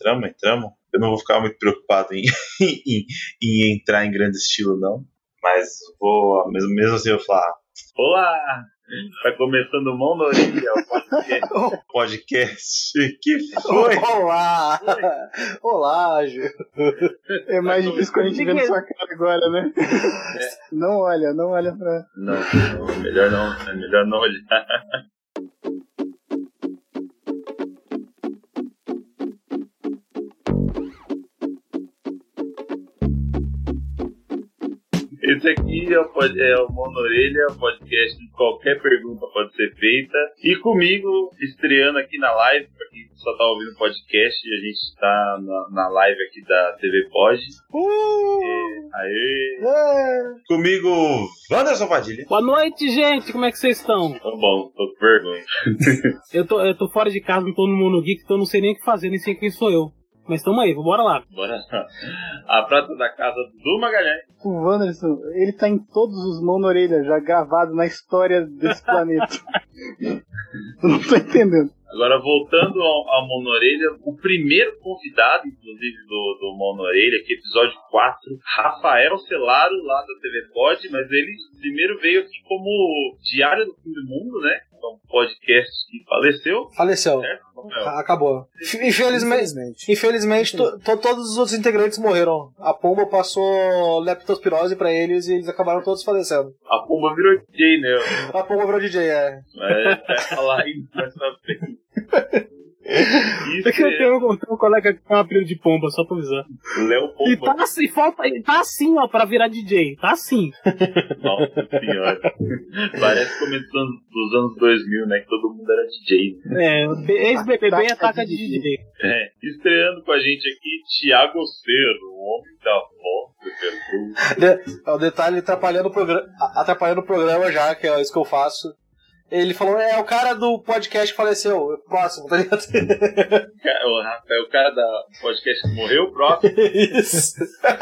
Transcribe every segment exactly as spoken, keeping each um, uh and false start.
entramos, entramos. Eu não vou ficar muito preocupado em, em, em entrar em grande estilo, não. Mas vou, mesmo, mesmo assim, eu vou falar: olá! Tá começando Mão na Orelha, o podcast. podcast. Que foi? Olá! Olá, Ju. É mais difícil quando a gente vê na sua cara agora, né? É. Não olha, não olha pra... Não, não, melhor não, é melhor não olhar. Esse aqui é o, pod, é o Mão na Orelha, o podcast de qualquer pergunta pode ser feita. E comigo, estreando aqui na live, pra quem só tá ouvindo o podcast, a gente tá na, na live aqui da T V Pod. Uh! E, aê! É. Comigo, Wanderson Padilha. Boa noite, gente! Como é que vocês estão? Tá bom, tô com vergonha. eu, tô, eu tô fora de casa, não tô no Mundo Geek, então eu não sei nem o que fazer, nem sei quem sou eu. Mas tamo aí, bora lá. Bora lá. A prata da casa do Magalhães. O Wanderson, ele tá em todos os Mão na Orelha, já gravado na história desse planeta. Eu não tô entendendo. Agora, voltando ao, ao Mão na Orelha, o primeiro convidado, inclusive, do, do Mão na Orelha, que é episódio quatro, Rafael Celaro, lá da T V Pod, mas ele primeiro veio aqui como Diário do Fim do Mundo, né? Um podcast que faleceu. Faleceu. Certo? Acabou. Infelizmente, infelizmente, infelizmente to, to, todos os outros integrantes morreram. A pomba passou leptospirose pra eles e eles acabaram todos falecendo. A pomba virou D J, né? A pomba virou D J, é. Mas vai falar aí mais pra frente. Isso é que eu tenho, eu tenho um colega que tem um apelido de pomba, só pra avisar. Léo Pomba. E tá assim, falta, tá assim, ó, pra virar D J. Tá assim. Nossa senhora. Parece começando dos anos dois mil, né? Que todo mundo era D J. É, ex-B B B ataca de D J. É, estreando com a gente aqui, Thiago Cero, o homem da voz. O detalhe, atrapalhando o, programa, atrapalhando o programa já, que é isso que eu faço. Ele falou, é o cara do podcast que faleceu, próximo, tá ligado? O Rafael, o cara do podcast que morreu, próximo. Isso.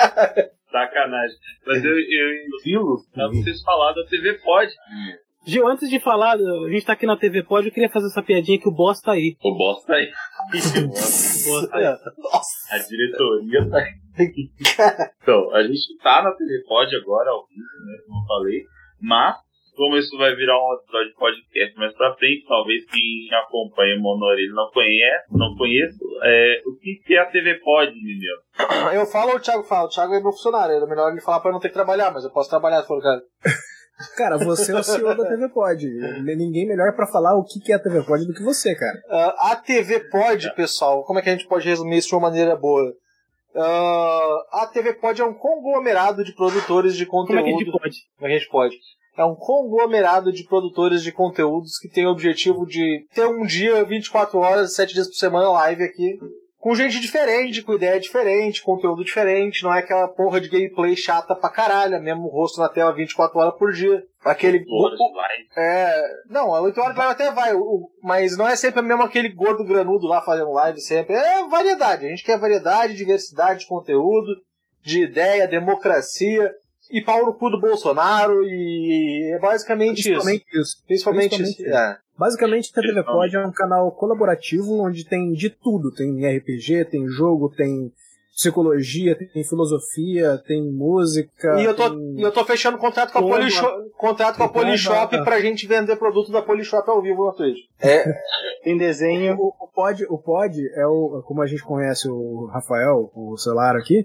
Sacanagem. Mas eu, eu Gil, dá pra vocês falar da T V Pod. Gil, antes de falar, a gente tá aqui na T V Pod, eu queria fazer essa piadinha que o boss tá aí. O boss tá aí. O boss tá aí. Nossa. A diretoria tá aí. Então, a gente tá na T V Pod agora, ao vivo, né, como eu falei, mas como isso vai virar um episódio de podcast mais pra frente, talvez quem acompanha o Mão na Orelha não conhece, não conheço, é, o que é a T V Pod, menino? Eu falo ou o Thiago fala? O Thiago é meu funcionário, é melhor ele falar pra eu não ter que trabalhar, mas eu posso trabalhar se for o cara. Cara, você é o C E O da T V Pod. Ninguém melhor pra falar o que é a T V Pod do que você, cara. Uh, a T V Pod, pessoal, como é que a gente pode resumir isso de uma maneira boa? Uh, a T V Pod é um conglomerado de produtores de conteúdo. Como é que a gente pode? Como é que a gente pode? É um conglomerado de produtores de conteúdos que tem o objetivo de ter um dia, vinte e quatro horas, sete dias por semana live aqui, com gente diferente, com ideia diferente, conteúdo diferente, não é aquela porra de gameplay chata pra caralho, é mesmo rosto na tela vinte e quatro horas por dia. Aquele. Horas de live. É. Não, oito horas de live até vai, o, mas não é sempre mesmo aquele gordo granudo lá fazendo live sempre. É variedade. A gente quer variedade, diversidade de conteúdo, de ideia, democracia. E pau no cu do Bolsonaro, e é basicamente Principalmente isso. isso. Principalmente, Principalmente isso. É. Basicamente, a T V Pod é um canal colaborativo onde tem de tudo. Tem R P G, tem jogo, tem psicologia, tem filosofia, tem música. E eu tô, tem... e eu tô fechando contrato com a Polishop, contrato com a Polishop ah, pra gente vender produto da Polishop ao vivo na Twitch. É. Tem desenho. O, o, pod, o Pod é o, como a gente conhece o Rafael, o Celaro aqui.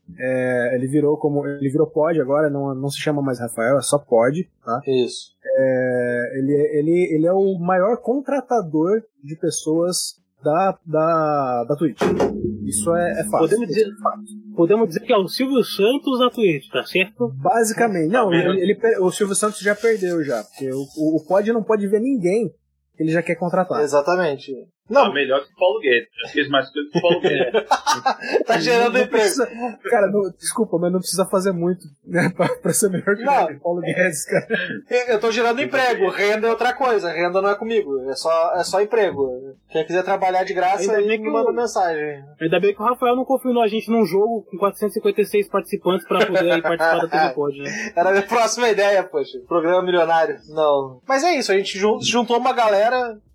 É, ele virou como ele virou Pod agora, não, não se chama mais Rafael, é só Pod, tá? Isso. É, ele, ele, ele é o maior contratador de pessoas da, da, da Twitch. Isso é, é fácil. Podemos dizer, podemos dizer que é o Silvio Santos da Twitch, tá certo? Basicamente. Não, ele, ele, o Silvio Santos já perdeu já, porque o, o, o Pod não pode ver ninguém que ele já quer contratar. Exatamente. Não, tá melhor que o Paulo Guedes. Eu fiz mais coisa que o Paulo Guedes. Tá gerando não emprego. Precisa, cara, não, desculpa, mas não precisa fazer muito, né, pra, pra ser melhor que o Paulo Guedes, cara. Eu tô gerando emprego. Renda é outra coisa. Renda não é comigo. É só, é só emprego. Quem quiser trabalhar de graça, aí me manda mensagem. Ainda bem que o Rafael não confiou a gente num jogo com quatrocentos e cinquenta e seis participantes pra poder aí participar da T V Pod, né? Era a minha próxima ideia, poxa. Programa milionário. Não. Mas é isso, a gente juntou uma galera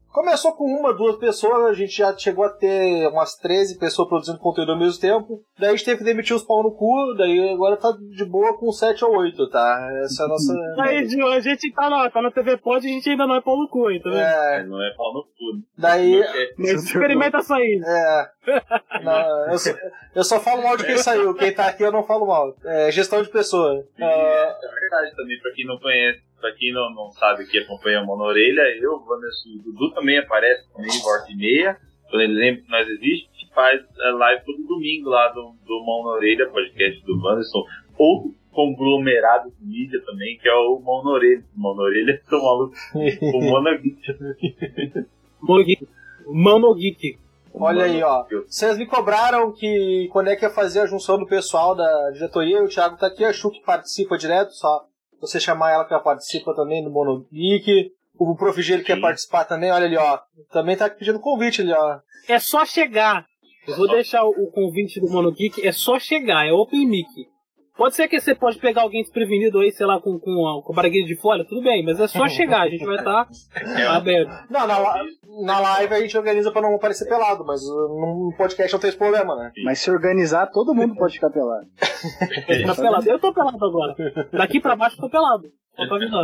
Começou com uma, duas pessoas, a gente já chegou a ter umas treze pessoas produzindo conteúdo ao mesmo tempo. Daí a gente teve que demitir os pau no cu, daí agora tá de boa com sete ou oito, tá? Essa é a nossa... Aí, Gil, a gente tá na, tá na T V Pod e a gente ainda não é pau no cu, hein, tá vendo? É... Não é pau no cu, né? Daí... Mas experimenta sair. É... Não, eu, só, eu só falo mal de quem saiu, quem tá aqui eu não falo mal. É gestão de pessoa. É, é verdade também, pra quem não conhece. Pra quem não, não sabe que acompanha o Monorelha, eu, o Wanderson e o Dudu também aparece também, volta e meia. Quando ele lembra que nós existimos, a gente faz live todo domingo lá do, do Monorelha, podcast do Wanderson. Outro conglomerado de mídia também, que é o Monorelha. O Monorelha é tão maluco. O Monogeek. Monogeek. Monogeek. Olha aí, ó. Vocês me cobraram que quando é que ia fazer a junção do pessoal da diretoria, o Thiago tá aqui, a Chu que participa direto, só você chamar ela que ela participa também do Monogeek. O Prof G ele quer participar também, olha ali, ó. Também tá pedindo convite ali, ó. É só chegar. Eu vou deixar o, o convite do Monogeek, é só chegar, é Open Mic. Pode ser que você pode pegar alguém desprevenido aí, sei lá, com, com, a, com a barriguinha de folha, tudo bem, mas é só chegar, a gente vai estar tá aberto. Não, na, na live a gente organiza pra não aparecer pelado, mas no podcast não tem esse problema, né? Mas se organizar, todo mundo pode ficar pelado. Tá pelado. Eu tô pelado agora. Daqui pra baixo eu tô pelado. Só pra avisar.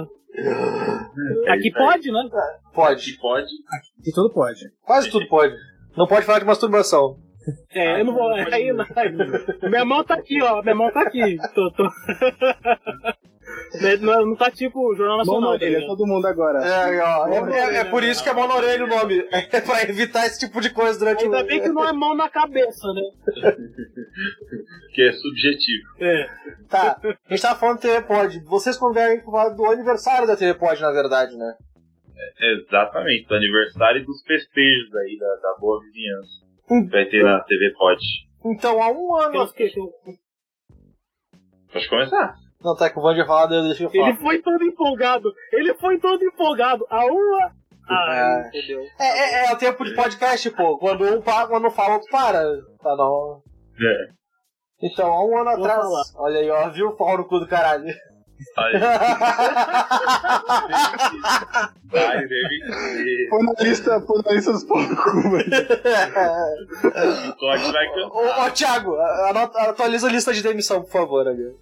Aqui pode, né? Pode. Pode. Aqui tudo pode. Quase tudo pode. Não pode falar de masturbação. É, eu não vou. Aí, não, aí, minha mão tá aqui, ó. Minha mão tá aqui. Tô, tô. Não, não tá tipo o Jornal Nacional. Mão na orelha, tá todo mundo agora. É, ó, é, é, é por isso que é mão na orelha o nome. É pra evitar esse tipo de coisa durante Ainda o... Ainda bem que não é mão na cabeça, né? Que é subjetivo. É. Tá, a gente tava falando do T V Pod. Vocês convidaram falar do aniversário da T V Pod, na verdade, né? É, exatamente, do aniversário e dos festejos aí da, da boa vizinhança. Hum. Vai ter na T V Pod. Então, há um ano... Pode começar. Não, tá, que o Vander falar, deixa eu falar. Ele foi todo empolgado. Ele foi todo empolgado. A uma... Ah, é. entendeu. É, é, é o tempo de podcast, pô. Quando um para, quando fala, outro para. Tá, não. É. Então, há um ano Vou atrás... falar. Olha aí, ó. Viu o pau no cu do caralho. Aí. Vai, deve Põe na lista, põe na lista dos pau no cu, velho. O Todd vai cantar. Ô, ô, Thiago, anota, atualiza a lista de demissão, por favor, amigo.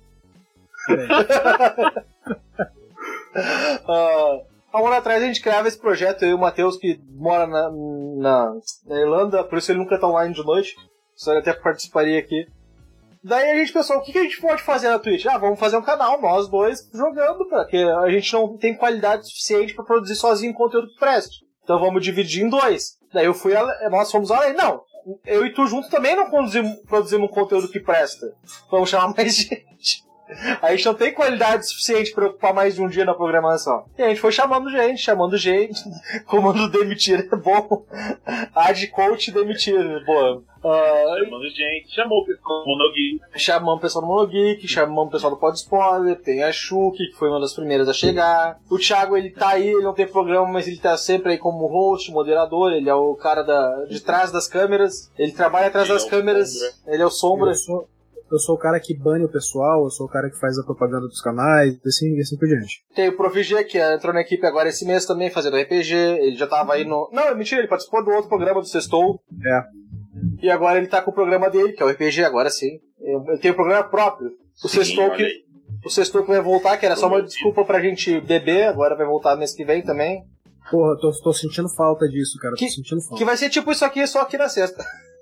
uh, há um ano atrás a gente criava esse projeto, eu e o Matheus, que mora na, na, na Irlanda, por isso ele nunca tá online de noite, só ele até participaria aqui. Daí a gente pensou, o que, que a gente pode fazer na Twitch? Ah, vamos fazer um canal, nós dois, jogando, porque a gente não tem qualidade suficiente pra produzir sozinho conteúdo que preste. Então vamos dividir em dois. Daí eu fui, nós fomos além. Não, eu e tu junto também não produzimos, produzimos um conteúdo que presta. Vamos chamar mais gente. A gente não tem qualidade suficiente para ocupar mais de um dia na programação. E a gente foi chamando gente, chamando gente. Comando demitir é bom. Ad coach demitir é bom. Uh, chamando gente, chamou o pessoal do Monogeek. Chamamos o pessoal do Monogeek, chamamos o pessoal do Pod Spoiler, tem a Shuki, que foi uma das primeiras a chegar. O Thiago, ele tá aí, ele não tem programa, mas ele tá sempre aí como host, moderador, ele é o cara da, de trás das câmeras, ele trabalha atrás ele das é câmeras, sombra. ele é o Sombra. Eu sou, eu sou o cara que bane o pessoal, eu sou o cara que faz a propaganda dos canais, assim, e assim por diante. Tem o Prof G, que entrou na equipe agora esse mês também, fazendo R P G, ele já tava aí no... Não, mentira, ele participou do outro programa do Sextou. É. E agora ele tá com o programa dele, que é o R P G, agora sim. Ele tem o programa próprio. O Sextou que, o Sextou que vai voltar, que era só uma desculpa pra gente beber, agora vai voltar mês que vem também. Porra, tô, tô sentindo falta disso, cara. Que, tô sentindo falta. Que vai ser tipo isso aqui, só aqui na sexta.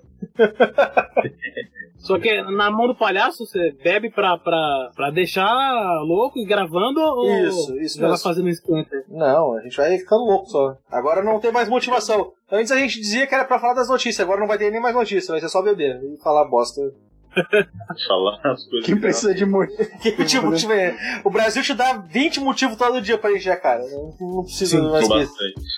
Só que na mão do palhaço você bebe pra, pra, pra deixar louco e gravando ou isso, isso já vai fazendo isso antes? Não, a gente vai ficando louco só. Agora não tem mais motivação. Antes a gente dizia que era pra falar das notícias, agora não vai ter nem mais notícia, vai ser só beber e falar bosta. Falar as coisas. Quem precisa de muito? tipo, tipo, o Brasil te dá vinte motivos todo dia pra encher a cara. Não, não precisa Sim, mais bastante.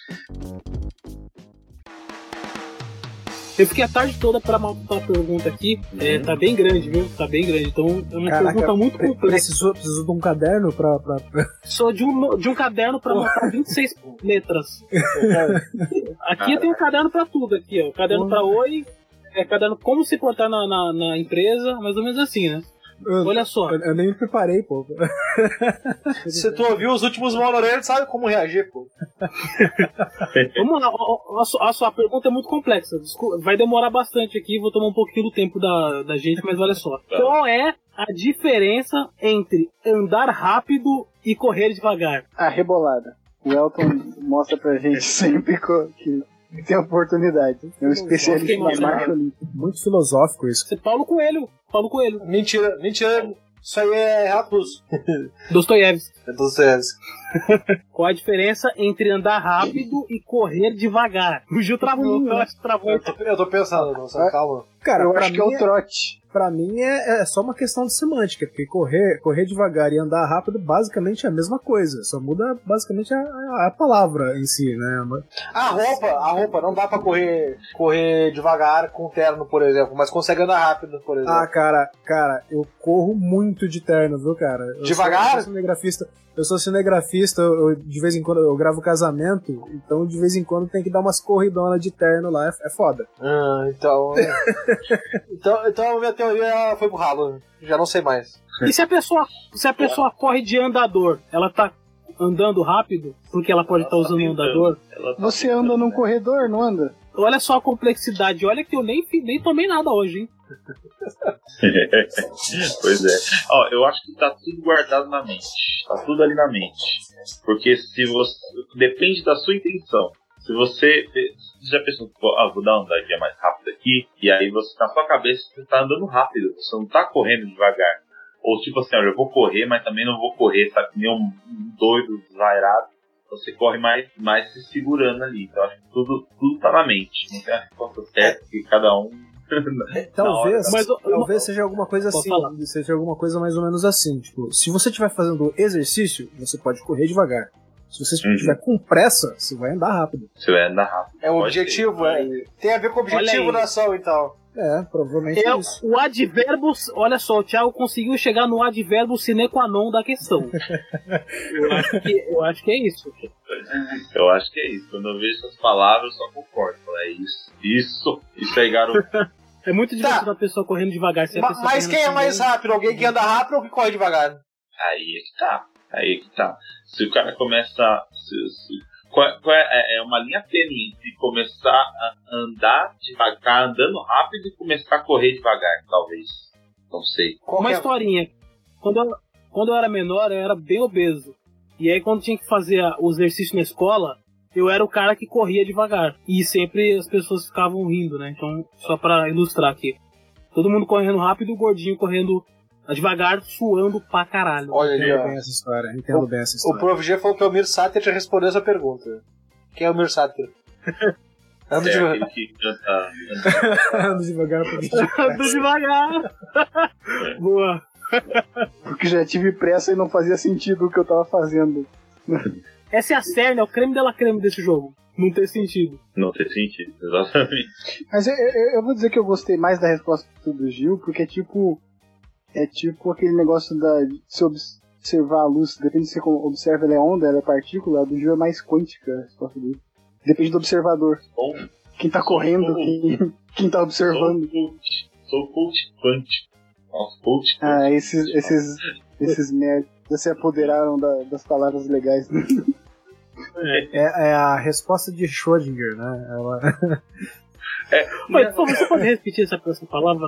Eu fiquei a tarde toda pra montar a pergunta aqui. Uhum. É, tá bem grande, viu? Tá bem grande. Então é uma Caraca, pergunta muito complexa. Precisou, precisou de um caderno pra. pra... Só de um, de um caderno pra montar vinte e seis letras. Aqui eu tenho um caderno pra tudo. Aqui, ó. Caderno pra oi, é caderno como se portar na, na, na empresa, mais ou menos assim, né? Eu, Olha só. Eu, eu nem me preparei, pô. Se tu ouviu os últimos monorail, tu sabe como reagir, pô. Vamos lá, a sua, a sua pergunta é muito complexa. Desculpa, vai demorar bastante aqui, vou tomar um pouquinho do tempo da, da gente, mas olha só. Qual é a diferença entre andar rápido e correr devagar? A rebolada. O Elton mostra pra gente sempre que tem oportunidade. É um especialista em marcha olímpica. Muito filosófico isso. Você, Paulo Coelho. Paulo Coelho. Mentira, mentira. Isso aí é Renato Russo. Dostoiévski. É Dostoiévski. Qual a diferença entre andar rápido e correr devagar? O Gil travou. Eu acho que travou. Eu tô, eu tô pensando, nossa, calma. Cara, eu pra acho mim que é o trote. Pra mim é, é só uma questão de semântica, porque correr, correr devagar e andar rápido basicamente é a mesma coisa, só muda basicamente a, a, a palavra em si, né? A roupa, a roupa, não dá pra correr, correr devagar com terno, por exemplo, mas consegue andar rápido, por exemplo. Ah, cara, cara, eu corro muito de terno, viu, cara? Eu devagar? Sou, eu sou cinegrafista, eu sou cinegrafista, eu, de vez em quando eu gravo casamento, então de vez em quando tem que dar umas corridonas de terno lá, é, é foda. Ah, então... então, então minha teoria foi pro ralo, já não sei mais. E se a pessoa, se a pessoa corre de andador, ela tá andando rápido, porque ela pode estar tá usando um andador? Tá Você anda num corredor, não anda? Olha só a complexidade, olha que eu nem, nem tomei nada hoje, hein? Pois é. Ó, eu acho que tá tudo guardado na mente. Tá tudo ali na mente. Porque se você. Depende da sua intenção. Se você. Você já pensou, ah, vou dar uma andadinha mais rápida aqui, e aí você, na sua cabeça, você tá andando rápido, você não tá correndo devagar. Ou tipo assim, olha, eu vou correr, mas também não vou correr, sabe? Que nem um doido, desvairado. Você corre mais, mais se segurando ali. Então acho que tudo, tudo tá na mente. Não tem a resposta certa, que cada um. Talvez, mas, talvez seja alguma coisa assim, falar. seja alguma coisa mais ou menos assim. Tipo, se você estiver fazendo exercício, você pode correr devagar. Se você estiver uhum. com pressa, você vai andar rápido. Você vai andar rápido. É o objetivo, é. Tem a ver com o objetivo da ação, então. É, provavelmente é isso. O advérbio, olha só, o Thiago conseguiu chegar no advérbio sine qua non da questão. eu, acho que, eu acho que é isso. Eu acho que é isso. Quando eu vejo essas palavras, eu só concordo. É isso. Isso. Isso aí, garoto. É muito divertido tá. a pessoa correndo devagar. Se a Ma- mas quem é mais rápido? Alguém que anda rápido ou que corre devagar? Aí é que tá. Aí é que tá. Se o cara começa... Se, se, qual, qual é, é uma linha tênue entre começar a andar devagar, andando rápido, e começar a correr devagar, talvez. Não sei. Uma historinha. Quando eu, quando eu era menor, eu era bem obeso. E aí, quando tinha que fazer o exercício na escola, eu era o cara que corria devagar. E sempre as pessoas ficavam rindo, né? Então, só pra ilustrar aqui. Todo mundo correndo rápido e o gordinho correndo devagar, suando pra caralho. Olha ali, entendo ó. bem essa história. Entendo o, bem essa história. O Prof G falou que é o Mir Sater já respondeu essa pergunta. Quem é o Mir Sater? Ando é devagar. Aquele que canta... Ando devagar. Ando devagar. Boa. Porque já tive pressa e não fazia sentido o que eu tava fazendo. Essa é a cerne, é o creme de la creme desse jogo. Não ter sentido. Não ter sentido, exatamente. Mas eu, eu, eu vou dizer que eu gostei mais da resposta do Gil, porque é tipo... É tipo aquele negócio da, de se observar a luz. Depende se você observa, ela é onda, ela é partícula. A do Gil é mais quântica a resposta dele. Depende do observador. Bom, quem tá correndo, quem, quem tá observando. Sou coach, sou coach quântico. Nossa, coach quântico. Ah, esses, esses, esses nerds já se apoderaram da, das palavras legais. É, é a resposta de Schrödinger, né? Ela... É, mas, por favor, você pode repetir essa, essa palavra?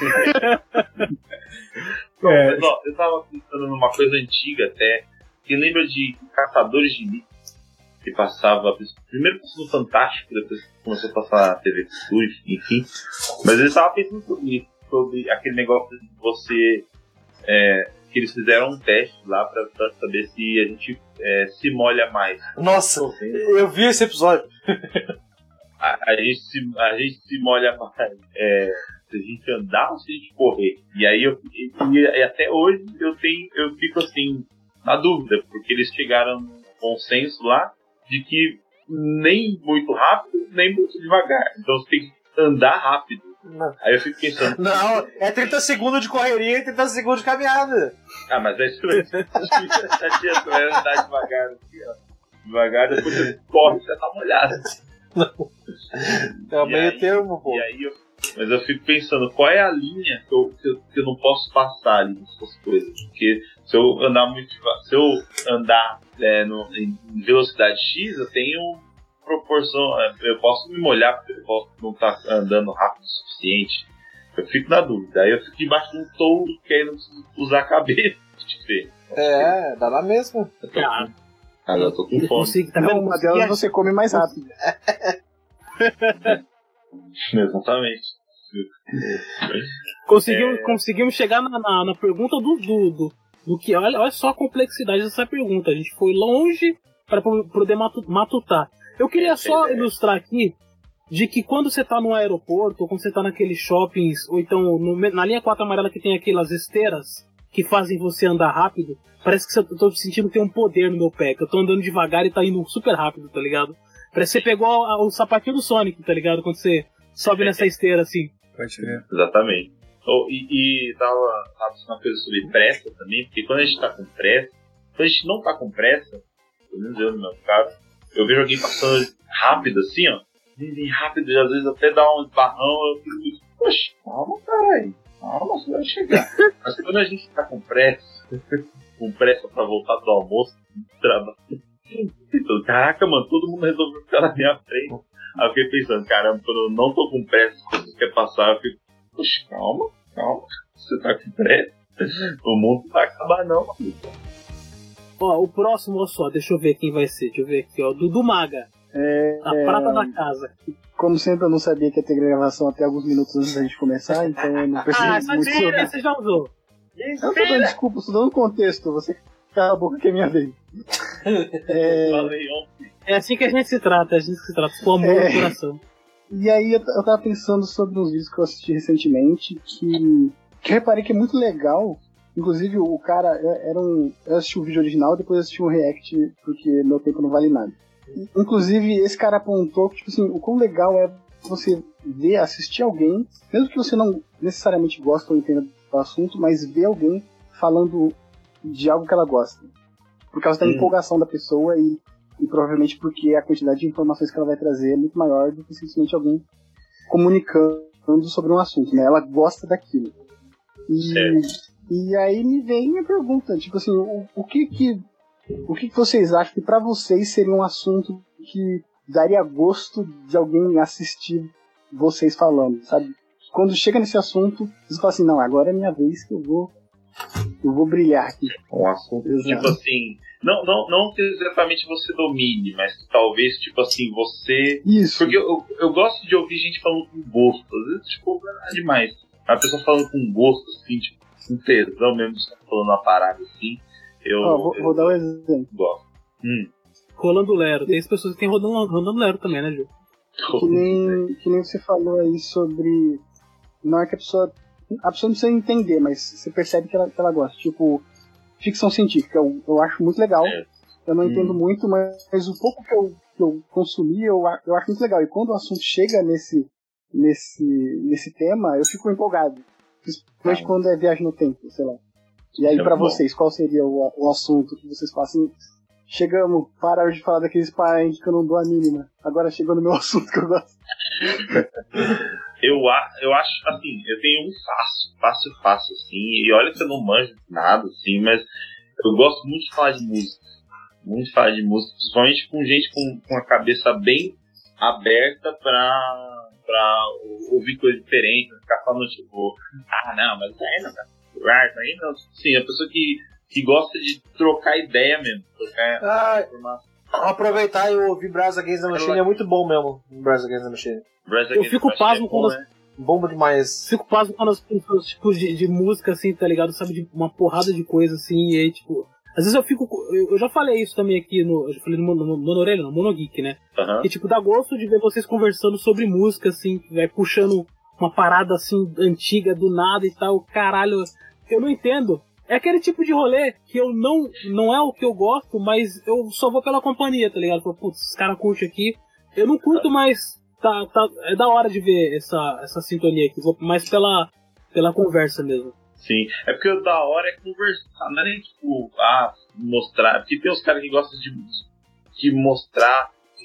Não, é. Mas, ó, eu tava pensando numa coisa antiga até, que lembra de Caçadores de Mitos, que passava, primeiro passou no Fantástico, depois começou a passar na T V Cultura, enfim, mas eu estava pensando sobre isso, sobre aquele negócio de você, é, que eles fizeram um teste lá pra, pra saber se a gente é, se molha mais. Nossa, eu vi esse episódio. A, a, gente se, a gente se molha mais é, se a gente andar ou se a gente correr. E aí eu e, e até hoje eu tenho eu fico assim na dúvida, porque eles chegaram num consenso lá de que nem muito rápido, nem muito devagar. Então você tem que andar rápido. Não. Aí eu fico pensando... Não, é trinta segundos de correria e trinta segundos de caminhada. Ah, mas aí você vai andar devagar assim, ó. Devagar, depois você corre e você tá molhado. Não. É o meio aí, termo, pô. E aí eu, Mas eu fico pensando, qual é a linha que eu, que eu, que eu não posso passar ali nessas coisas? Porque se eu andar muito, se eu andar é, no, em velocidade X, eu tenho proporção, eu posso me molhar porque eu posso não estar andando rápido o suficiente. Eu fico na dúvida. Aí eu fico embaixo de um touro que aí eu não preciso usar a cabeça de ver. É, dá lá mesmo. Eu tô com, cara, eu tô com fome. Consigo, tá vendo? Uma delas você come mais rápido. Exatamente. Conseguimos, É... conseguimos chegar na, na, na pergunta do, do, do, do que. Olha, olha só a complexidade dessa pergunta. A gente foi longe para poder matu, matutar. Eu queria só é. ilustrar aqui de que quando você tá no aeroporto, ou quando você tá naqueles shoppings, ou então no, na linha quatro amarela que tem aquelas esteiras que fazem você andar rápido, parece que eu tô sentindo que tem um poder no meu pé, que eu tô andando devagar e tá indo super rápido, tá ligado? Parece que você pegou a, o sapatinho do Sonic, tá ligado? Quando você sobe nessa esteira assim. Pode crer. Exatamente. Oh, e, e tava, tava uma coisa sobre pressa também, porque quando a gente tá com pressa, quando a gente não tá com pressa, pelo menos eu no meu caso, eu vejo alguém passando rápido assim, ó, bem rápido, e às vezes até dá um esbarrão, eu fico, poxa, calma, caralho, calma, você vai chegar. Mas quando a gente tá com pressa, com pressa pra voltar do almoço, do trabalho, então, caraca, mano, todo mundo resolveu ficar na minha frente. Aí eu fiquei pensando, caramba, quando eu não tô com pressa, se você quer passar, eu fico, poxa, calma, calma, você tá com pressa, o mundo não vai acabar não, amigo. Ó, o próximo, olha só, deixa eu ver quem vai ser, deixa eu ver aqui, ó, Dudu Maga. É, a prata é... da casa. Como sempre, eu não sabia que ia ter gravação até alguns minutos antes da gente começar, então eu não percebi ah, muito sobre... sobre... você já usou. Eu não tô dando desculpa, estou dando contexto, você cala a boca que é minha vez. É... é assim que a gente se trata, a gente se trata com amor é... no coração. E aí eu, eu tava pensando sobre uns vídeos que eu assisti recentemente, que, que eu reparei que é muito legal. Inclusive o cara era um. Eu assisti o vídeo original e depois assisti um react, porque meu tempo não vale nada. Inclusive, esse cara apontou que, tipo assim, o quão legal é você ver, assistir alguém, mesmo que você não necessariamente gosta ou entenda do assunto, mas ver alguém falando de algo que ela gosta. Por causa da hum. empolgação da pessoa e, e provavelmente porque a quantidade de informações que ela vai trazer é muito maior do que simplesmente alguém comunicando sobre um assunto, né? Ela gosta daquilo. E, e aí me vem a pergunta, tipo assim, o, o que que O que vocês acham que pra vocês seria um assunto que daria gosto de alguém assistir vocês falando, sabe? Quando chega nesse assunto, vocês falam assim, não, agora é minha vez que eu vou eu vou brilhar aqui. Um assunto, Exato. tipo assim, não, não, não que exatamente você domine, mas que talvez, tipo assim, você... Isso. Porque eu, eu gosto de ouvir gente falando com gosto, às vezes, tipo, não é demais. A pessoa falando com gosto, assim, tipo, com tesão mesmo, falando uma parada assim. Eu, oh, vou, eu, vou dar um exemplo. Gosto. Hum. Rolando Lero. Tem as pessoas que tem rodando, rodando Lero também, né, Gil? Que nem, que nem você falou aí sobre... Não é que a pessoa... A pessoa não precisa entender, mas você percebe que ela, que ela gosta. Tipo, ficção científica. Eu, eu acho muito legal. É. Eu não hum. entendo muito, mas, mas o pouco que eu, que eu consumi, eu, eu acho muito legal. E quando o assunto chega nesse, nesse, nesse tema, eu fico empolgado. Principalmente ah. quando é viagem no tempo, sei lá. E aí, é pra bom. vocês, qual seria o, o assunto que vocês falam assim? Chegamos, pararam de falar daqueles parentes que eu não dou a mínima. Agora chegou no meu assunto que eu gosto. eu, eu acho, assim, eu tenho um fácil, fácil, fácil, assim. E olha que eu não manjo nada, assim, mas eu gosto muito de falar de música. Muito de falar de música, principalmente com gente com, com a cabeça bem aberta pra, pra ouvir coisas diferentes. Não ficar falando, tipo, ah, não, mas aí não, cara. Aí não, sim, a pessoa que, que gosta de trocar ideia mesmo. Trocar ah, informação. Aproveitar e ouvir Brass Against the Machine é muito bom mesmo. Brass Against the Machine. Eu fico pasmo é quando. Né? Bomba demais. Fico pasmo quando as pessoas, tipo, de, de música, assim, tá ligado? Sabe, de uma porrada de coisa, assim, e aí, tipo. Às vezes eu fico. Eu, eu já falei isso também aqui no. Eu já falei no, no, no Monorelha, no Monogeek, né? Uhum. E, tipo, dá gosto de ver vocês conversando sobre música, assim, vai puxando uma parada, assim, antiga do nada e tal. Caralho. Eu não entendo. É aquele tipo de rolê que eu não... Não é o que eu gosto, mas eu só vou pela companhia, tá ligado? Putz, os caras curtem aqui. Eu não curto, mas tá, tá, é da hora de ver essa, essa sintonia aqui. Vou mais pela, pela conversa mesmo. Sim. É porque o da hora é conversar. Não é nem tipo... Ah, mostrar. Porque tem os caras que gostam de, de mostrar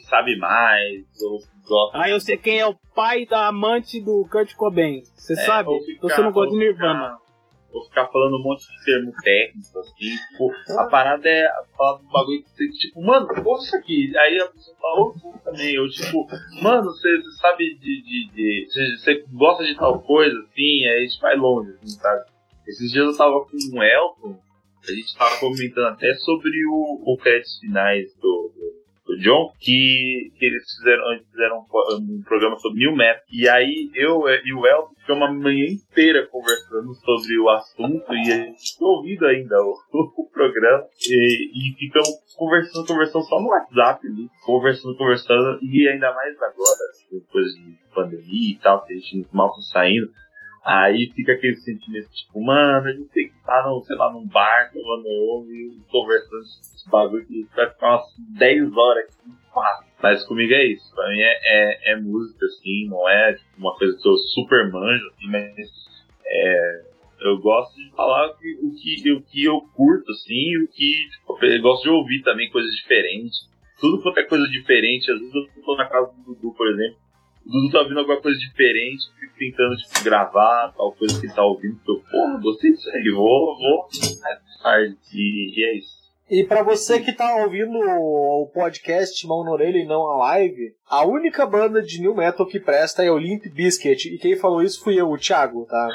sabe mais, ou gosta. Ah, eu sei quem é o pai da amante do Kurt Cobain. Você É, sabe? ou ficar- Você não gosta de ou Nirvana. ficar- Ou ficar falando um monte de termo técnico, assim, tipo, a parada é falar do bagulho que você, tipo, mano, ouça isso aqui. Aí a pessoa fala, ouça também. Eu, tipo, mano, você, você sabe de. de, de você, você gosta de tal coisa, assim, aí a gente vai longe, assim, sabe? Esses dias eu tava com o Elton, a gente tava comentando até sobre o, o créditos finais do, do, do John, que, que eles fizeram, eles fizeram um, um programa sobre New Metal. E aí eu e o Elton ficamos uma manhã inteira conversando sobre o assunto e a gente ficou ouvindo ainda o, o programa e, e ficamos conversando, conversando só no WhatsApp ali, conversando, conversando, e ainda mais agora, depois de pandemia e tal, que a gente mal tá saindo. Aí fica aquele sentimento, tipo, mano, a gente tem que estar, no, sei lá, num bar, tomando ovo e conversando esse bagulho que vai ficar umas dez horas aqui, fácil. Mas comigo é isso, pra mim é, é, é música, assim, não é tipo, uma coisa que eu super manjo, assim, mas é, eu gosto de falar o que, o, que, o que eu curto, assim, o que tipo, eu gosto de ouvir também coisas diferentes. Tudo quanto é coisa diferente, às vezes eu tô na casa do Dudu, por exemplo, o Dudu tá ouvindo alguma coisa diferente, fico tentando, tipo, gravar tal coisa que ele tá ouvindo, porque eu, porra, gostei disso aí, vou, vou, e, e é isso. E pra você que tá ouvindo o podcast Mão na Orelha e não a live, a única banda de new metal que presta é o Limp Bizkit, e quem falou isso fui eu, o Thiago, tá?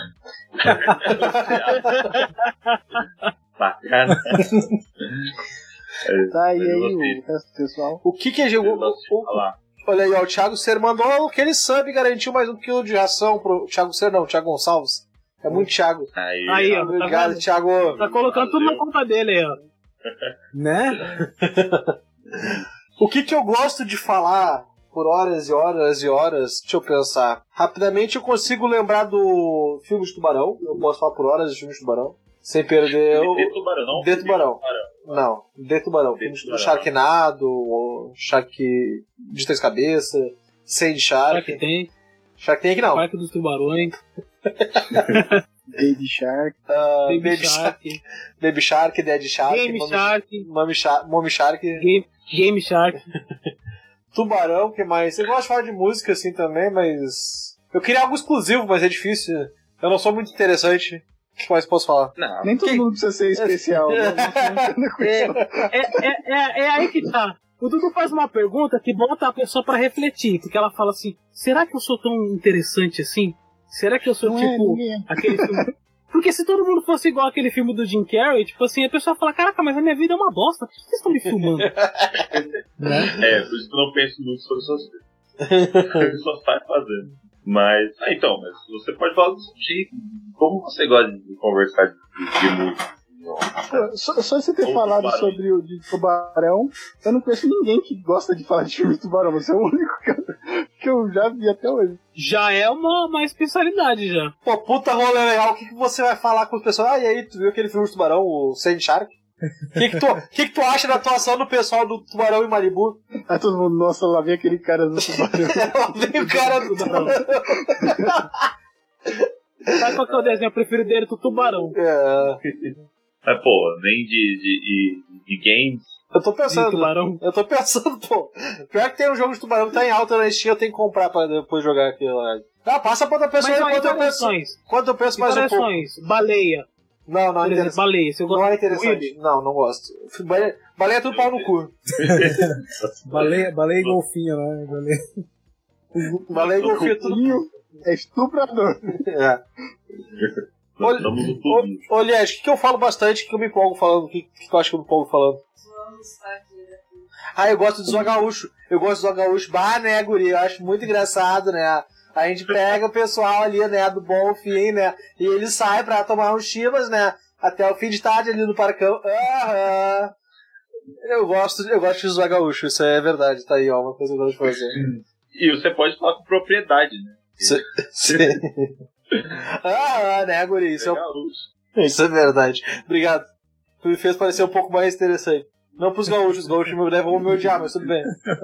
Bacana. Tá, e aí o resto do pessoal? O que que é jogo? Olha aí, ó, o Thiago Ser mandou aquele sub e garantiu mais um quilo de ração pro Thiago Ser, não, Thiago Gonçalves. É muito Thiago. Aí, Aí, ó, obrigado, tá Thiago. Tá colocando tudo na conta dele aí, ó. Né? O que que eu gosto de falar por horas e horas e horas? Deixa eu pensar. Rapidamente eu consigo lembrar do filme de Tubarão. Eu posso falar por horas de filme de Tubarão. Sem perder o... De Tubarão, não? De Tubarão. Não, De Tubarão. De Filme de Tubarão. Sharknado, o Shark de Três Cabeças, Sand Shark. Shark Tank, Shark Tank não. Parque dos Tubarões, Baby Shark. Uh, Baby, Baby Shark, Shark, Baby Shark, Dead Shark, Game Mommy Shark, Mommy Shark, Mommy Shark, Game, Game Shark. Tubarão, que mais? Eu gosto de falar de música assim também, mas eu queria algo exclusivo, mas é difícil. Eu não sou muito interessante. O que mais posso falar? Não. Nem todo mundo precisa ser especial. né? É, é, é, é, é aí que tá. O Dudu faz uma pergunta que bota a pessoa pra refletir, porque ela fala assim, será que eu sou tão interessante assim? Será que eu sou Não é, tipo ninguém. aquele filme... Porque se todo mundo fosse igual aquele filme do Jim Carrey, tipo assim, a pessoa fala, caraca, mas a minha vida é uma bosta, por que vocês estão me filmando? Né? É, por isso que eu não penso muito sobre essas coisas. Ele só sai fazendo. Mas, ah, então, mas você pode falar do seu jeito. Como você gosta de conversar de, de música? Só, só você ter Ou falado tubarão. sobre o de Tubarão, eu não conheço ninguém que gosta de falar de filme de Tubarão. Você é o único cara que eu já vi até hoje. Já é uma, uma especialidade, já. Pô, puta rolê legal, o que, que você vai falar com as pessoas? Ah, e aí, tu viu aquele filme de Tubarão, o Sand Shark? O que, que, tu, que, que tu acha da atuação do pessoal do Tubarão em Malibu? Aí todo mundo, nossa, lá vem aquele cara do Tubarão. Ela veio o cara do Tubarão. Sabe qual que é o desenho preferido dele? Do Tubarão. É, Mas, pô, nem de, de, de, de games. eu tô De pensando. tubarão. Eu tô pensando, pô. Pior que tem um jogo de Tubarão que tá em alta na Steam, eu tenho que comprar pra depois jogar aquilo lá. Ah, passa pra outra pessoa Mas olha, enquanto eu penso. interações. Quando eu penso mais um pouco. Interações. Baleia. Não, não Por é exemplo, interessante. baleia. Você Não gosta é do interessante. Willy? Não, não gosto. Baleia, baleia é tudo pau no cu. Baleia, baleia e golfinho, né? Baleia. Baleia e golfinho tudo. É estuprador. É. Nós Olha- estamos no Ô, clube. ô, Liege, o que, que eu falo bastante, o que, que eu me empolgo falando? O que, que tu acha que eu me empolgo falando? Ah, eu gosto do Zó Gaúcho. Eu gosto do Zó Gaúcho. Bah, né, guri? Eu acho muito engraçado, né? A gente pega o pessoal ali, né, do bom fim, né? E ele sai pra tomar uns chivas, né? Até o fim de tarde ali no parcão. Aham. Eu gosto, eu gosto de Zó Gaúcho, isso é verdade. Tá aí, ó, uma coisa que eu gosto de fazer. E você pode falar com propriedade, né? Sim. Ah, né, guri? Isso é, Legal. isso é verdade. Obrigado. Tu me fez parecer um pouco mais interessante. Não pros gaúchos, os gaúchos me levam me odiar, mas tudo bem.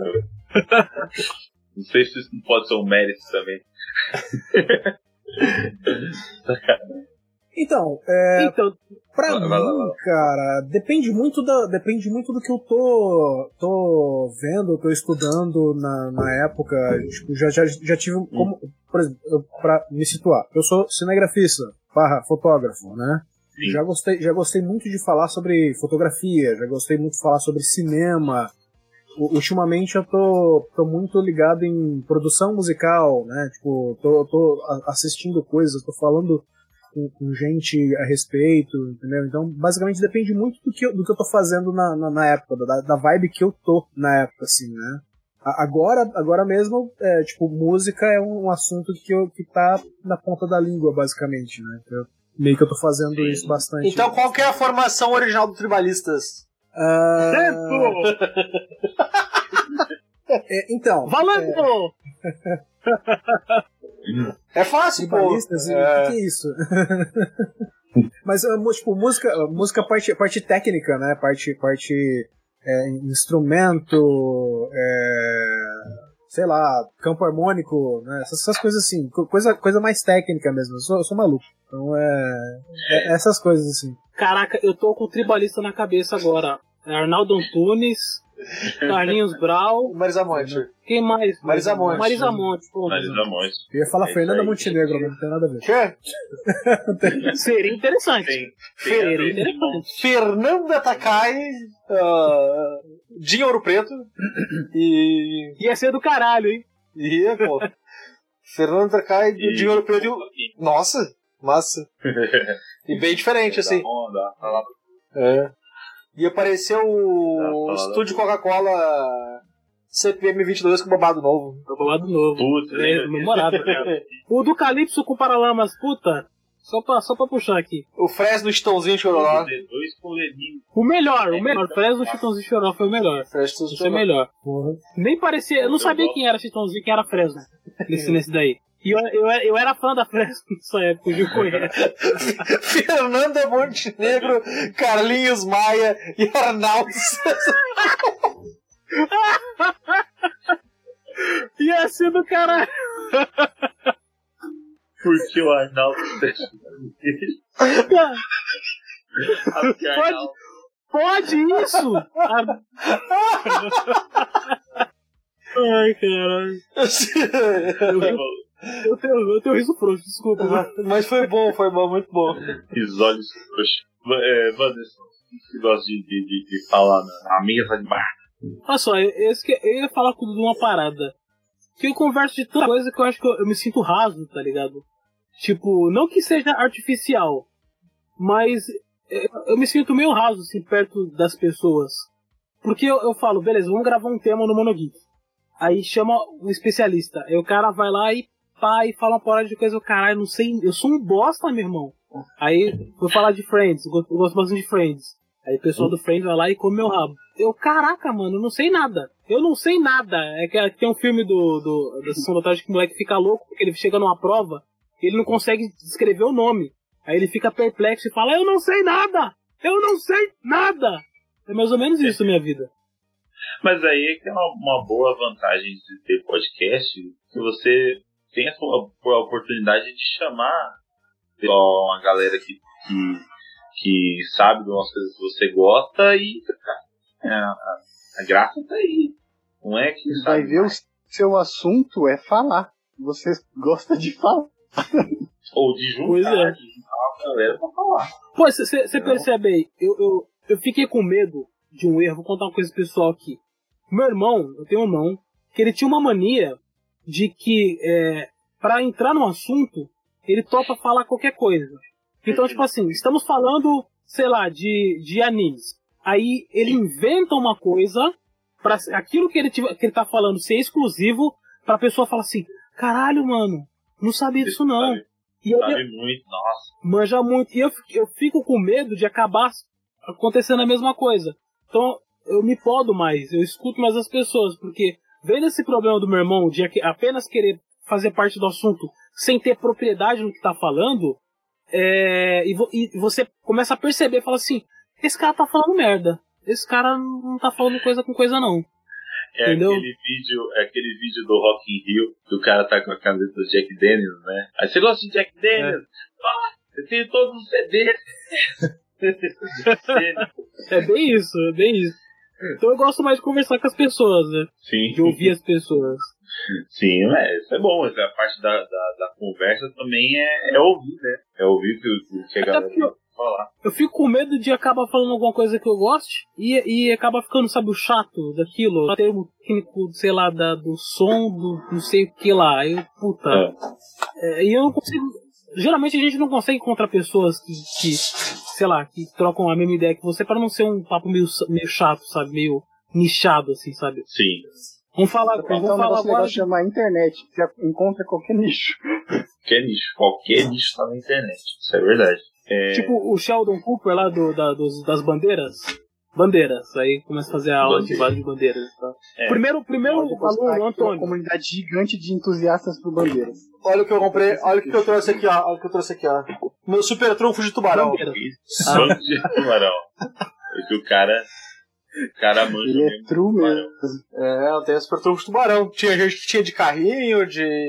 Não sei se isso não pode ser um mérito também. Então, é, Então, Pra Vai, mim, vai lá, vai lá. cara, depende muito, da, depende muito do que eu tô, tô vendo, tô estudando na, na época. Tipo, já, já, já tive como, por exemplo, eu, pra me situar, eu sou cinegrafista, barra fotógrafo, né? Sim. Já gostei, já gostei muito de falar sobre fotografia, já gostei muito de falar sobre cinema. U- Ultimamente eu tô, tô muito ligado em produção musical, né? Tipo, tô, tô a- assistindo coisas, tô falando com, com gente a respeito, entendeu? Então, basicamente depende muito do que eu, do que eu tô fazendo na, na, na época, da, da vibe que eu tô na época, assim, né? A- Agora, agora mesmo, é, tipo, música é um, um assunto que, eu, que tá na ponta da língua, basicamente, né? Eu, meio que eu tô fazendo Sim. isso bastante. Então qual que é a formação original do Tribalistas? Ah, Tempo! é, então, Valendo! É fácil, pô. tribalistas, e o É. que, que é isso? Mas, ah, mu- tipo, música, ah, música parte, parte técnica, né? Parte, parte é, instrumento, é, sei lá, campo harmônico, né? Essas, essas coisas assim, co- coisa, coisa mais técnica mesmo. Eu sou, eu sou maluco. Então é, é essas coisas assim. Caraca, eu tô com o tribalista na cabeça agora. Arnaldo Antunes, Carlinhos Brau, Marisa Monte. quem mais? Marisa Monte. Marisa Monte. Pô, Marisa Monte. Eu ia falar É isso Fernanda aí, Montenegro, gente. mas não tem nada a ver. Quê? seria interessante. Tem, tem Seria a ver. interessante. Fernanda Takai, uh, Dinho Ouro Preto e... Ia ser do caralho, hein? E, pô... Fernanda Takai, E- Dinho Ouro Preto e... o- Nossa, massa. E bem diferente, assim. Dá uma- dá uma- É. E apareceu Tá, o fala. estúdio Coca-Cola C P M vinte e dois com babado novo. Tô do lado novo. Putz, É, né? memorável. O do Calypso com Paralamas, puta. Só pra, só pra puxar aqui. O Fresno Chitãozinho Chororó. D dois com o Leninho. O melhor, o melhor. Fresno Chitãozinho Choró foi o melhor. Fresno Isso é melhor. Porra. Nem parecia. Eu não sabia quem era Chitãozinho e quem era Fresno. Nesse, nesse daí. E eu, eu, eu era fã da Fresno nessa época, o Gil conhece. Fernanda Montenegro, Carlinhos Maia e Arnaldo César. Ia ser do caralho. Porque o Arnaldo deixa Porque o Arnaldo Pode isso? Ah. Ai, caralho. Eu tenho, eu tenho riso frouxo, desculpa. Mas foi bom, foi bom, muito bom. os olhos frouxos. É, Wanderson, você gosta de, de, de, de falar na, na mesa de bar? Olha só, eu, eu, esque- eu ia falar com o Dudu uma parada. Que eu converso de tanta coisa que eu acho que eu, eu me sinto raso, tá ligado? Tipo, não que seja artificial, mas eu, eu me sinto meio raso, assim, perto das pessoas. Porque eu, eu falo, beleza, vamos gravar um tema no Monogeek. Aí chama um especialista. Aí o cara vai lá e pá, e fala uma parada de coisa, eu, caralho, não sei, eu sou um bosta, meu irmão. Aí vou falar de Friends, eu gosto, eu gosto bastante de Friends. Aí o pessoal do Friends vai lá e come meu rabo. Eu, caraca, mano, eu não sei nada. Eu não sei nada. É que tem um filme do, do da Sessão da Tarde que o moleque fica louco porque ele chega numa prova e ele não consegue escrever o nome. Aí ele fica perplexo e fala, eu não sei nada! Eu não sei nada! É mais ou menos isso a minha vida. Mas aí é que é uma, uma boa vantagem de ter podcast, que você tem a, sua, a oportunidade de chamar uma galera que, que, que sabe de umas coisas que você gosta e é, a, a graça tá aí. Não é que Vai sabe ver o mais. seu assunto é falar. Você gosta de falar. Ou de juntar, Pois é. de juntar uma galera pra falar. Pô, você percebe aí, eu, eu, eu fiquei com medo de um erro. Vou contar uma coisa pessoal aqui. Meu irmão, eu tenho um irmão, que ele tinha uma mania de que, é, pra entrar no assunto, ele topa falar qualquer coisa. Então, tipo assim, estamos falando, sei lá, de, de animes. Aí ele inventa uma coisa pra aquilo que ele, tiv- que ele tá falando ser exclusivo, pra pessoa falar assim, caralho, mano, não sabia disso não. Sabe, E eu, sabe muito, nossa. manja muito. E eu, eu fico com medo de acabar acontecendo a mesma coisa. Então, eu me podo mais, eu escuto mais as pessoas, porque vendo esse problema do meu irmão de apenas querer fazer parte do assunto sem ter propriedade no que tá falando, é, e, vo, e você começa a perceber, fala assim, esse cara tá falando merda, esse cara não tá falando coisa com coisa não. É Entendeu? aquele vídeo, é aquele vídeo do Rock in Rio, que o cara tá com a camiseta do Jack Daniels, né? Aí você gosta de Jack Daniels? Ah, eu tenho todos os C Ds. É bem isso, é bem isso. Então eu gosto mais de conversar com as pessoas, né? Sim. De ouvir as pessoas. Sim, é, isso é bom. Essa parte da, da, da conversa também é, é ouvir, né? É ouvir o que, que a galera vai falar. Eu fico com medo de acabar falando alguma coisa que eu goste e, e acabar ficando, sabe, o chato daquilo. O termo técnico, sei lá, da, do som, do não sei o que lá. Aí eu, puta. É. É, e eu não consigo. Geralmente a gente não consegue encontrar pessoas que, que, sei lá, que trocam a mesma ideia que você para não ser um papo meio, meio chato, sabe? Meio nichado, assim, sabe? Sim. Vamos falar, então, vamos falar agora. Negócio de chamar internet. Você encontra qualquer nicho. Qualquer nicho. Qualquer nicho tá na internet. Isso é verdade. É... Tipo o Sheldon Cooper lá do, da, dos, das bandeiras. Bandeiras. Aí começa a fazer a aula de várias bandeiras. Tá? É. Primeiro, primeiro aluno, o Antônio. Uma comunidade gigante de entusiastas por bandeiras. Olha o que eu comprei, olha o que eu trouxe aqui, ó. Olha o que eu trouxe aqui, ó. Meu super trunfo de tubarão. Banco de tubarão. Porque o cara. O cara manja Ele mesmo. É true mesmo. É, eu tenho super trunfo de tubarão. Tinha gente que tinha de carrinho,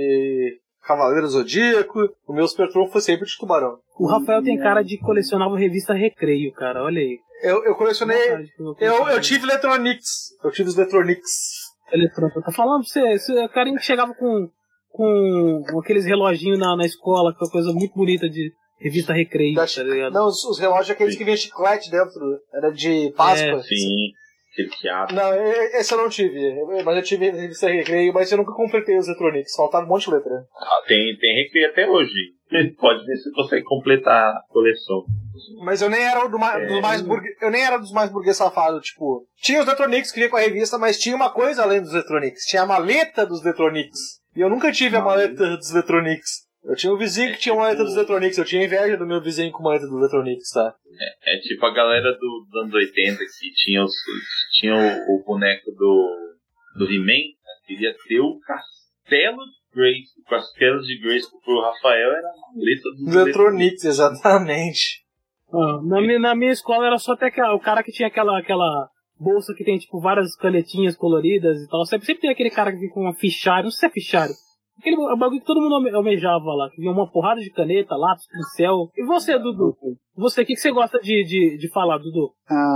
de Cavaleiro Zodíaco. O meu super trunfo foi sempre de tubarão. O Rafael tem cara de colecionava revista Recreio, cara. Olha aí. Eu, eu colecionei. Eu, eu tive Eletronics. Eu tive os Eletronics. Eletrônica. Tá falando pra você, esse carinha que chegava com, com, com aqueles reloginhos na, na escola, que é uma coisa muito bonita de revista Recreio, da, tá ligado? Não, os, os relógios aqueles sim. Que vinha chiclete dentro. Era de Páscoa. É, sim. Aquele que abre. Não, esse eu não tive. Mas eu tive revista Recreio, mas eu nunca completei os Eletronics. Faltava um monte de letra. Ah, tem, tem Recreio até hoje. Pode ver se consegue completar a coleção. Mas eu nem era do mais, é... dos mais burgue... eu nem era dos mais burguês safados, tipo, tinha os Eletronics que vinha com a revista, mas tinha uma coisa além dos Eletronics, tinha a maleta dos Eletronics. E eu nunca tive a maleta dos Eletronics. Eu tinha um vizinho que tinha uma maleta dos Eletronics, eu tinha inveja do meu vizinho com a maleta dos Eletronics, tá? É, é tipo a galera do, dos anos oitenta que tinha, os, tinha o, o boneco do, do He-Man, né? Queria ter o castelo de Grace. O castelo de Grace pro Rafael era a maleta dos Eletronics, exatamente. Ah, na, minha, na minha escola era só até aquela, o cara que tinha aquela, aquela bolsa que tem tipo várias canetinhas coloridas e tal. Sempre, sempre tem aquele cara que vem com uma fichário, não sei se é fichário. Aquele bagulho que todo mundo almejava lá, que vinha uma porrada de caneta, lápis, pincel. E você, Dudu? Você, o que, que você gosta de, de, de falar, Dudu?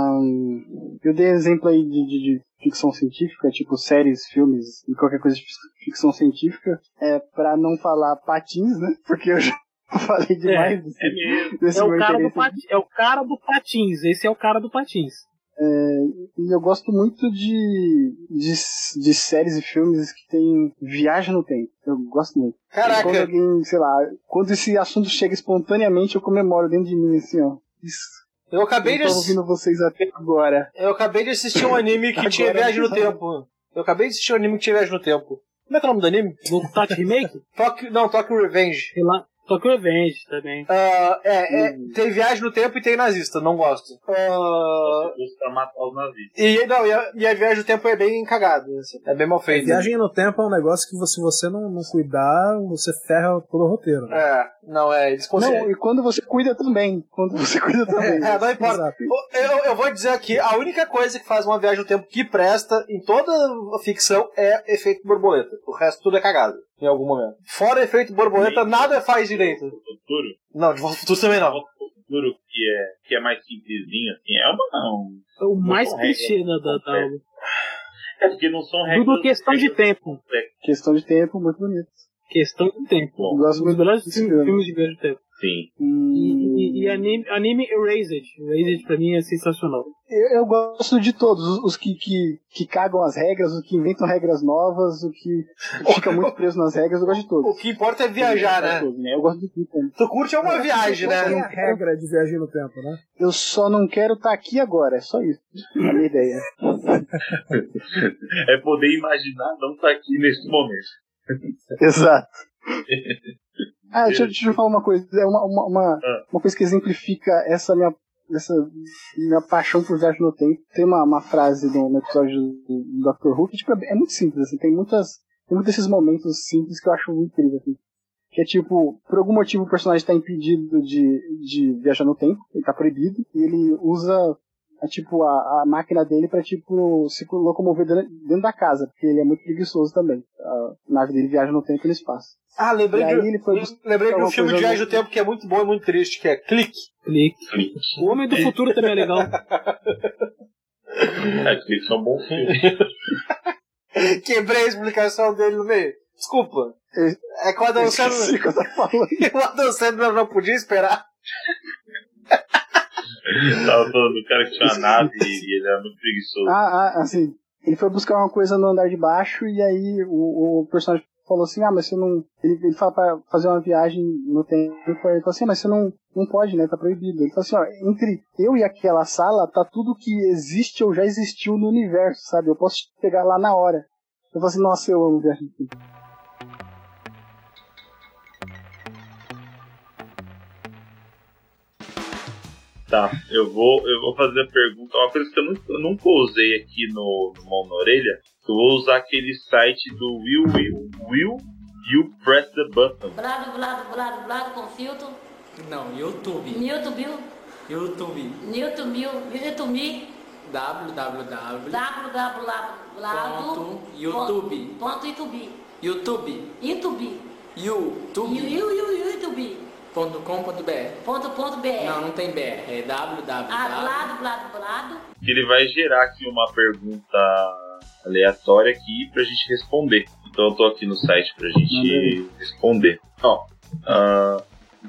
Um, eu dei exemplo aí de, de, de ficção científica, tipo séries, filmes e qualquer coisa de ficção científica. É pra não falar patins, né? Porque eu já falei demais é, desse, é mesmo. desse é, o cara do pat, é o cara do patins, esse é o cara do patins. É, e eu gosto muito de, de, de séries e filmes que tem viagem no tempo. Eu gosto muito. Caraca! Quando alguém, sei lá, quando esse assunto chega espontaneamente, eu comemoro dentro de mim, assim, ó. Isso. Eu acabei eu tô de ouvindo vocês até agora. Eu acabei de assistir um anime que tinha viagem no tempo. Eu acabei de assistir um anime que tinha viagem no tempo. Como é que é o nome do anime? Gokutatsu Remake? Tokyo, não, Tokyo Revenge. Sei lá. Tokyo Revenge também. Uh, é, é, tem viagem no tempo e tem nazista, não gosto. Uh, pra matar os nazistas. E, não, e, a, e a viagem no tempo é bem cagada, assim, é bem mal feita. Viagem no tempo é um negócio que se você não, não cuidar, você ferra todo o roteiro. Né? É, não, é, eles conseguem. Não, e quando você cuida também. Quando você cuida também. É, não importa. Eu, eu vou dizer aqui, a única coisa que faz uma viagem no tempo que presta em toda a ficção é efeito borboleta. O resto tudo é cagado. Em algum momento. Fora efeito borboleta, nem nada faz direito. O futuro? Não, de volta ao futuro também não. O futuro que é, que é mais simplesinho, assim, é uma não. É o mais clichê da, da, da obra. É porque não são regras. Tudo questão de tempo. Questão de tempo, muito bonito. Questão de tempo. Bom, gosto dos melhores filmes de viagem de tempo. Sim. E, e, e anime, anime Erased. Erased pra mim é sensacional. Eu, eu gosto de todos. Os, os que, que, que cagam as regras, os que inventam regras novas, o que fica muito preso nas regras, eu gosto de todos. O que importa é viajar, né? Todos, né? Eu gosto de tudo. Né? Tu curte é uma eu viagem, né? Não é a regra de viagem no tempo, né? Eu só não quero estar tá aqui agora, é só isso. A minha ideia. É poder imaginar não estar tá aqui nesse momento. Exato. Ah, deixa, deixa eu falar uma coisa. É uma, uma, uma, ah. uma coisa que exemplifica essa minha, essa minha paixão por viagem no tempo. Tem uma, uma frase no, no episódio do, do doutor Who que tipo, é muito simples. Assim, tem, muitas, tem muitos desses momentos simples que eu acho muito incrível. Assim, que é tipo, por algum motivo o personagem está impedido de, de viajar no tempo, ele está proibido, e ele usa a, tipo, a, a máquina dele pra, tipo, se locomover dentro da casa, porque ele é muito preguiçoso também. A nave dele viaja no tempo e no espaço. Ah, lembrei de, ele foi lembrei de um filme de viagem do tempo que é muito bom e muito triste, que é Clique. Clique. O Homem do Futuro também é legal. É, Clique é um bom filme. Quebrei a explicação dele no meio. Desculpa. É quando o Adam Sandler... o Adam Sandler não podia esperar. Tava falando do cara que tinha uma nave e ele era muito preguiçoso. Ah, ah, assim, ele foi buscar uma coisa no andar de baixo e aí o, o personagem falou assim, ah, mas você não... Ele, ele fala pra fazer uma viagem no tempo, ele falou assim, ah, mas você não, não pode, né, tá proibido. Ele falou assim, ó, entre eu e aquela sala tá tudo que existe ou já existiu no universo, sabe? Eu posso pegar lá na hora. Eu falei assim, nossa, eu amo viagem no tempo. Tá, eu vou, eu vou fazer a pergunta, uma coisa que eu nunca, eu nunca usei aqui no, no Mão na Orelha. Eu vou usar aquele site do Will Will. Will You Press the Button. Blado, blado, blado, blado com filtro. Não, YouTube. YouTube. YouTube. YouTube. YouTube. www. www. YouTube. Ponto YouTube. YouTube. YouTube. YouTube. YouTube. Ponto com ponto br. Ponto ponto br. Não, não tem B R, é www. Ah, blado, blado, blado. Ele vai gerar aqui uma pergunta aleatória aqui pra gente responder. Então eu tô aqui no site pra gente uhum. responder. Ó, uh,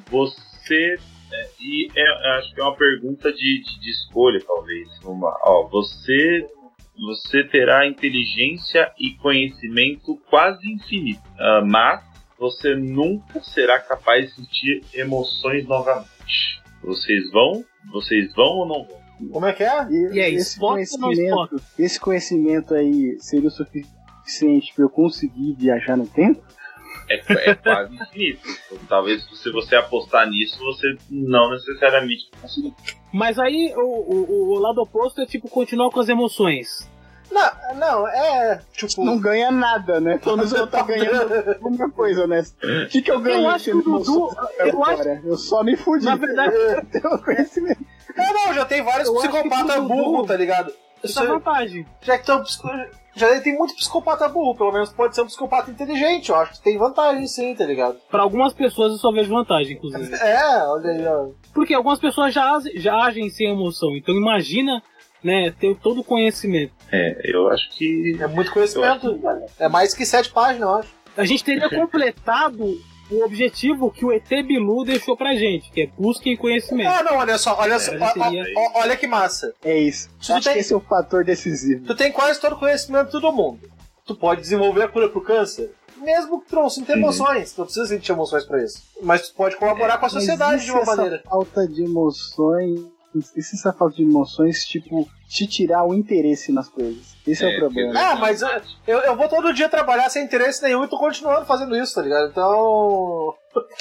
você... É, e é, acho que é uma pergunta de, de, de escolha, talvez. Uma, ó, você... Você terá inteligência e conhecimento quase infinito, uh, mas você nunca será capaz de sentir emoções novamente. Vocês vão? Vocês vão ou não vão? Como é que é? E, e aí, esse conhecimento, esse conhecimento aí seria o suficiente para eu conseguir viajar no tempo? É, é quase infinito. Talvez se você apostar nisso, você não necessariamente consiga. Mas aí o, o, o lado oposto é tipo continuar com as emoções. Não, não, é tipo... Não ganha nada, né? Pelo menos eu tô ganhando alguma coisa, né? O que, que eu ganho? Eu acho que o Dudu... Eu, acho... eu só me fudi. Na verdade... Eu tenho conhecimento. É, não, já tem vários psicopatas burros, tá ligado? Essa é vantagem. Já que tão, já tem muito psicopata burro, pelo menos pode ser um psicopata inteligente, eu acho que tem vantagem sim, tá ligado? Pra algumas pessoas eu só vejo vantagem, inclusive. É, olha aí, ó. Porque algumas pessoas já, já agem sem emoção, então imagina... Né, ter todo o conhecimento. É, eu acho que... É muito conhecimento. Que... É mais que sete páginas, eu acho. A gente teria completado o objetivo que o E T Bilu deixou pra gente, que é busquem conhecimento. Ah, não, olha só, olha só, ó, teria... ó, olha que massa. É isso. Tu acho tem... que esse é o fator decisivo. Tu tem quase todo o conhecimento do mundo. Tu pode desenvolver a cura pro câncer, mesmo que trouxe não ter emoções. Não precisa sentir emoções pra isso. Mas tu pode colaborar é, com a sociedade de uma essa maneira. Falta de emoções... E se essa falta de emoções, tipo, te tirar o interesse nas coisas? Esse é, é o problema. Ah, mas eu, eu vou todo dia trabalhar sem interesse nenhum e tô continuando fazendo isso, tá ligado? Então...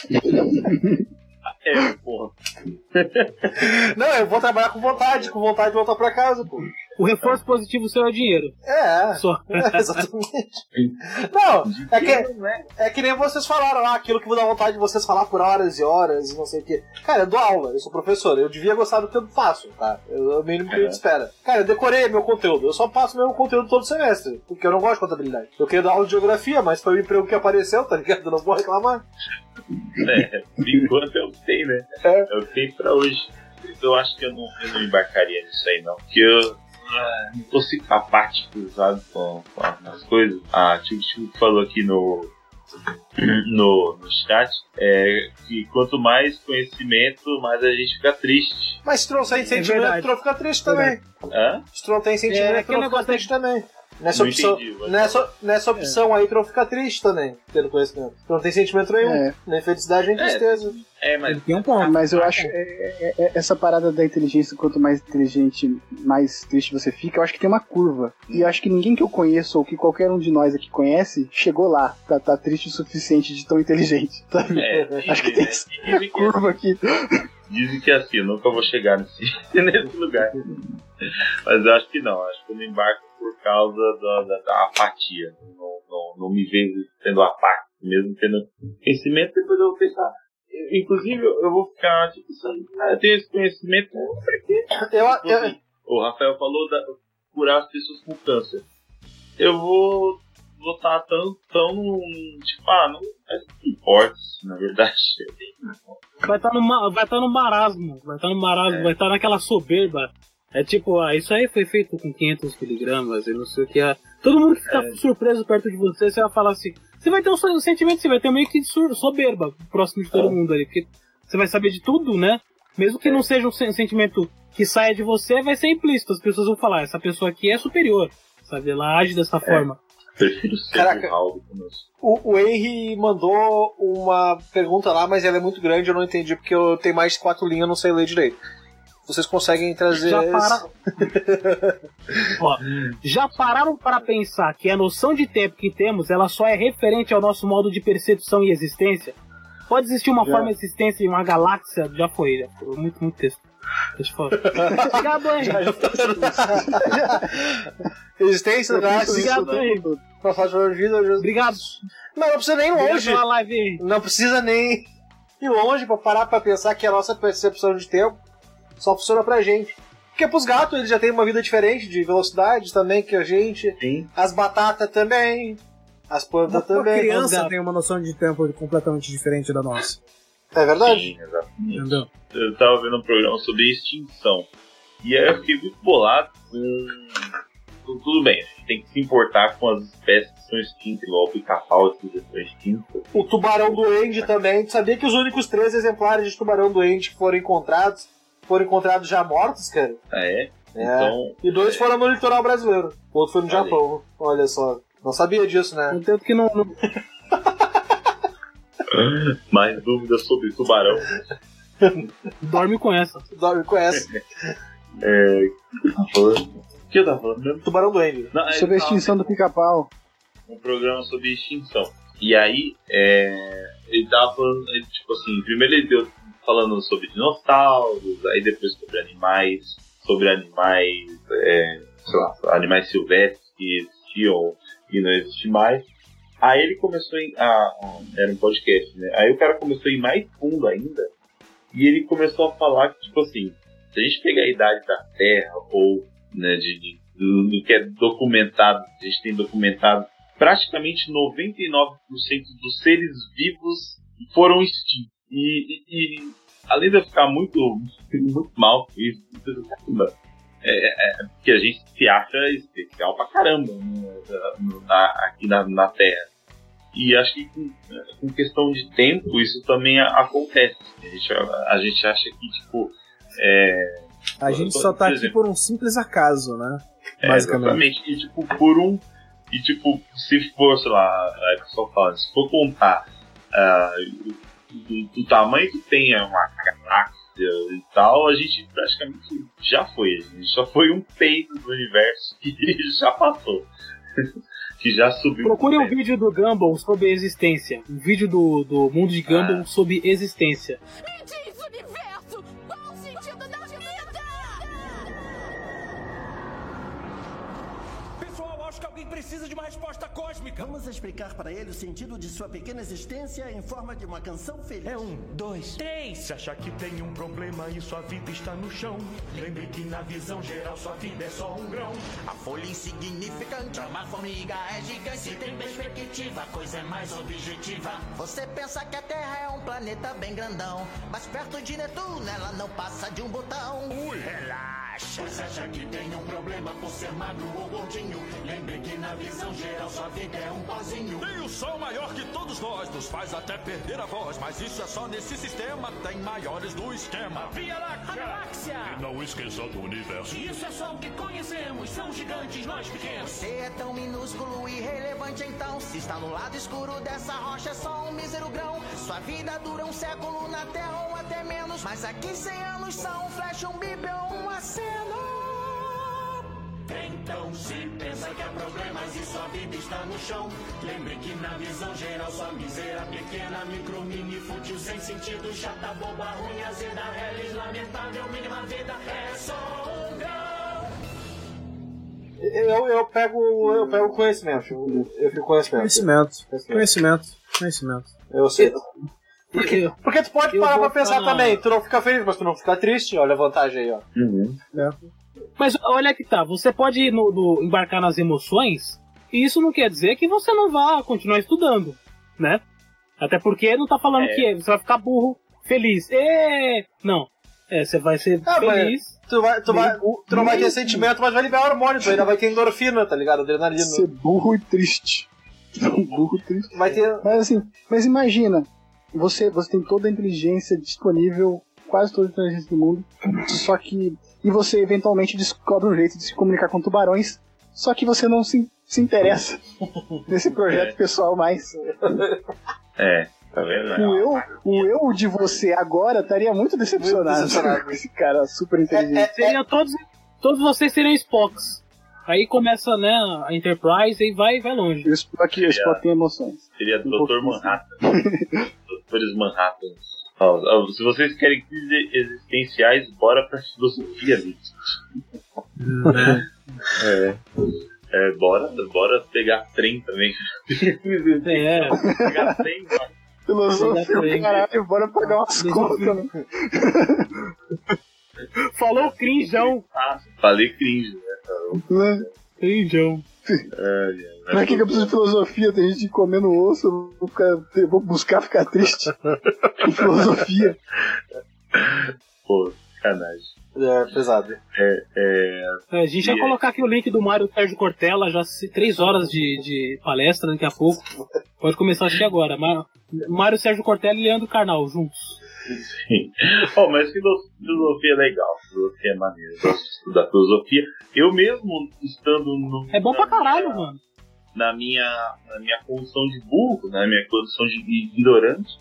É, porra. Não, eu vou trabalhar com vontade, com vontade de voltar pra casa, pô. O reforço positivo seu é o dinheiro. É, só. É, exatamente. Não, é que, é que nem vocês falaram lá, aquilo que vou dar vontade de vocês falar por horas e horas e não sei o que. Cara, eu dou aula, eu sou professor, eu devia gostar do que eu faço, tá? Eu, é o mínimo que a gente espera. Cara, eu decorei meu conteúdo, eu só passo meu conteúdo todo semestre, porque eu não gosto de contabilidade. Eu queria dar aula de geografia, mas foi o emprego que apareceu, tá ligado? Eu não vou reclamar. É, por enquanto eu sei, né? É. Eu sei pra hoje. Eu acho que eu não, eu não embarcaria nisso aí, não. Porque eu ah, não tô simpático, sabe, com, com as coisas. Ah, tipo, tipo falou aqui no, no, no chat, é que quanto mais conhecimento, mais a gente fica triste. Mas se tu não tem sentimento, é tu não fica triste também. Hã? Se tu não tem sentimento, é, tu não fica triste também. Nessa não opção, entendi, nessa, nessa opção é. aí tu não fica triste também, tendo conhecimento. Tu não tem sentimento nenhum, é. nem felicidade nem tristeza. É, é mas tem um ponto. Mas eu acho é, é, essa parada da inteligência, quanto mais inteligente, mais triste você fica, eu acho que tem uma curva. E eu acho que ninguém que eu conheço, ou que qualquer um de nós aqui conhece, chegou lá, tá, tá triste o suficiente de tão inteligente. Tá? É, acho que tem essa curva aqui. Dizem que é assim, eu nunca vou chegar nesse, nesse lugar. Mas eu acho que não, acho que eu não embarco por causa da, da, da apatia. Não, não, não me vejo sendo apático, mesmo tendo conhecimento, depois eu vou pensar. Inclusive, eu vou ficar tipo assim, ah, eu tenho esse conhecimento, pra quê? Eu, eu, o Rafael falou da curar as pessoas com câncer. Eu vou vou estar tão, tão tipo, ah, não importa, na verdade. Vai estar no, vai estar no marasmo, vai estar no marasmo, é. vai estar naquela soberba. É tipo, ah, isso aí foi feito com quinhentos miligramas e não sei o que é. Todo mundo que fica é. surpreso perto de você, você vai falar assim, você vai ter um sentimento, você vai ter meio que soberba próximo de todo é. mundo ali, porque você vai saber de tudo, né? Mesmo que é. não seja um sentimento que saia de você, vai ser implícito, as pessoas vão falar, essa pessoa aqui é superior, sabe? Ela age dessa é. forma. Prefiro ser Caraca, o, o, o Henry mandou uma pergunta lá, mas ela é muito grande, eu não entendi, porque eu tenho mais de quatro linhas, eu não sei ler direito. Vocês conseguem trazer... Já, para... Ó, já pararam para pensar que a noção de tempo que temos, ela só é referente ao nosso modo de percepção e existência? Pode existir uma já. forma de existência em uma galáxia? Já foi, já foi. Muito, muito texto. Deixa eu falar. Obrigado, Henry. Existência da galáxia. Obrigado, Henry. Obrigado. Mas não precisa nem longe. Live. Não precisa nem ir longe para parar para pensar que a nossa percepção de tempo só funciona pra gente. Porque pros gatos eles já têm uma vida diferente, de velocidade também que a gente. Sim. As batatas também. As plantas também. A criança tem uma noção de tempo completamente diferente da nossa. É verdade? Sim, exatamente. Entendeu? Eu tava vendo um programa sobre extinção. E aí eu fiquei muito bolado com... Tudo bem, a gente tem que se importar com as espécies que são extintas, igual o pica-pau que já são extintas. O tubarão doente também. Tu sabia que os únicos três exemplares de tubarão doente que foram encontrados foram encontrados já mortos, cara? Ah, é? É. Então, e dois é. foram no litoral brasileiro. O outro foi no Olha Japão. aí. Olha só. Não sabia disso, né? No tempo que não... não... Mais dúvidas sobre tubarão. Dorme com essa. Dorme com essa. É... O que eu tava falando? O que eu tava falando mesmo? Tubarão doente. Não, sobre a extinção do pica-pau. Um programa sobre extinção. E aí, é... ele tava falando, tipo assim, primeiro ele deu falando sobre dinossauros, aí depois sobre animais, sobre animais, é, sei lá, animais silvestres que existiam e não existem mais. Aí ele começou em, a, a, era um podcast, né? Aí o cara começou a ir mais fundo ainda e ele começou a falar que, tipo assim, se a gente pegar a idade da Terra ou, né, de, de, do, do que é documentado, a gente tem documentado praticamente noventa e nove por cento dos seres vivos foram extintos. E, e, e além de eu ficar muito, muito mal com isso, caramba, é, é, porque a gente se acha especial pra caramba, né, na, aqui na, na Terra. E acho que com, com questão de tempo isso também acontece. A gente, a gente acha que, tipo... É, a gente só tá aqui por um simples acaso, né? É, basicamente. E, tipo, por um... E, tipo, se for, sei lá, é que eu só falo, se for contar uh, do, do tamanho que tem uma galáxia e tal, a gente praticamente já foi. A gente só foi um peito do universo que já passou. Que já subiu. Procure um vídeo do Gumball sobre existência. Um vídeo do, do mundo de Gumball ah. sobre existência. Me diz, universo, qual o sentido da vida? Pessoal, acho que alguém precisa de uma resposta cósmica. Vamos explicar para ele o sentido de sua pequena existência em forma de uma canção feliz. É um, dois, três. Se achar que tem um problema e sua vida está no chão, lembre que na visão geral sua vida é só um grão. A folha insignificante, uma formiga é gigante. Se tem perspectiva, a coisa é mais objetiva. Você pensa que a Terra é um planeta bem grandão, mas perto de Netuno ela não passa de um botão. Ui, relaxa. Você acha que tem um problema por ser magro ou gordinho? Lembre que na visão geral sua vida é um pozinho. Tem o sol maior que todos nós, nos faz até perder a voz, mas isso é só nesse sistema, tem maiores do esquema. Via Láctea, galáxia. E não esqueça do universo. Isso é só o que conhecemos, são gigantes, nós pequenos. Você é tão minúsculo e irrelevante então. Se está no lado escuro dessa rocha, é só um mísero grão. Sua vida dura um século na Terra ou até menos, mas aqui cem anos são um flash, um bip ou um aceno. Então se pensa que há problemas e sua vida está no chão, lembre que na visão geral sua miséria pequena, micro, mini, fútil, sem sentido, chata, boba, ruim, azeda, reles, lamentável, mínima vida, é só um grão. Eu, eu pego eu pego conhecimento, eu, eu fico conhecimento. Conhecimento, conhecimento, conhecimento. Eu sei. Porque, porque tu pode parar pra pensar também, tu não fica feliz, mas tu não fica triste, olha a vantagem aí, ó. Uhum. É. Mas olha que tá, você pode ir no, no, embarcar nas emoções, e isso não quer dizer que você não vá continuar estudando, né? Até porque não tá falando é. que você vai ficar burro, feliz. E... Não. É, você vai ser ah, feliz. Tu, vai, tu, vai, tu não vai ter sentimento, mas vai liberar hormônio, tu ainda vai ter endorfina, tá ligado? Adrenalina. Ser burro e triste. burro e triste. Vai ter... Mas assim, mas imagina, você, você tem toda a inteligência disponível, quase toda a inteligência do mundo, só que... E você eventualmente descobre um jeito de se comunicar com tubarões, só que você não se, se interessa nesse projeto é. pessoal mais. É. Tá vendo? O eu, o eu de você agora estaria muito decepcionado com esse cara super inteligente. É, é, Seria todos, todos vocês seriam Spocks. Aí começa, né, a Enterprise e vai, vai longe. O Spock, o Spock tem emoções. Seria um doutor Manhattan. Doutores Manhattan. Ó, ó, se vocês querem crises existenciais, bora pra filosofia, gente. é. É, bora, bora pegar trem também. É. Pegar trem, mano. Filosofia, caralho, bora pagar umas contas, né? Falou crinjão. Ah, falei cringe, né? né? Crinjão. É, pra que, que eu preciso de filosofia? Tem gente comendo osso, eu vou, ficar, vou buscar ficar triste. Com filosofia. Pô, sacanagem. É, pesado. É, é... É, a gente vai colocar aqui o link do Mário Sérgio Cortella, já três horas de, de palestra daqui a pouco. Pode começar a assistir agora. Mário Sérgio Cortella e Leandro Carnal, juntos. Sim. Oh, mas filosofia é legal, filosofia é maneiro. Eu gosto de estudar filosofia. Eu mesmo, estando no. É bom pra caralho, minha, mano. Na minha, na minha condição de burro, na minha condição de ignorante.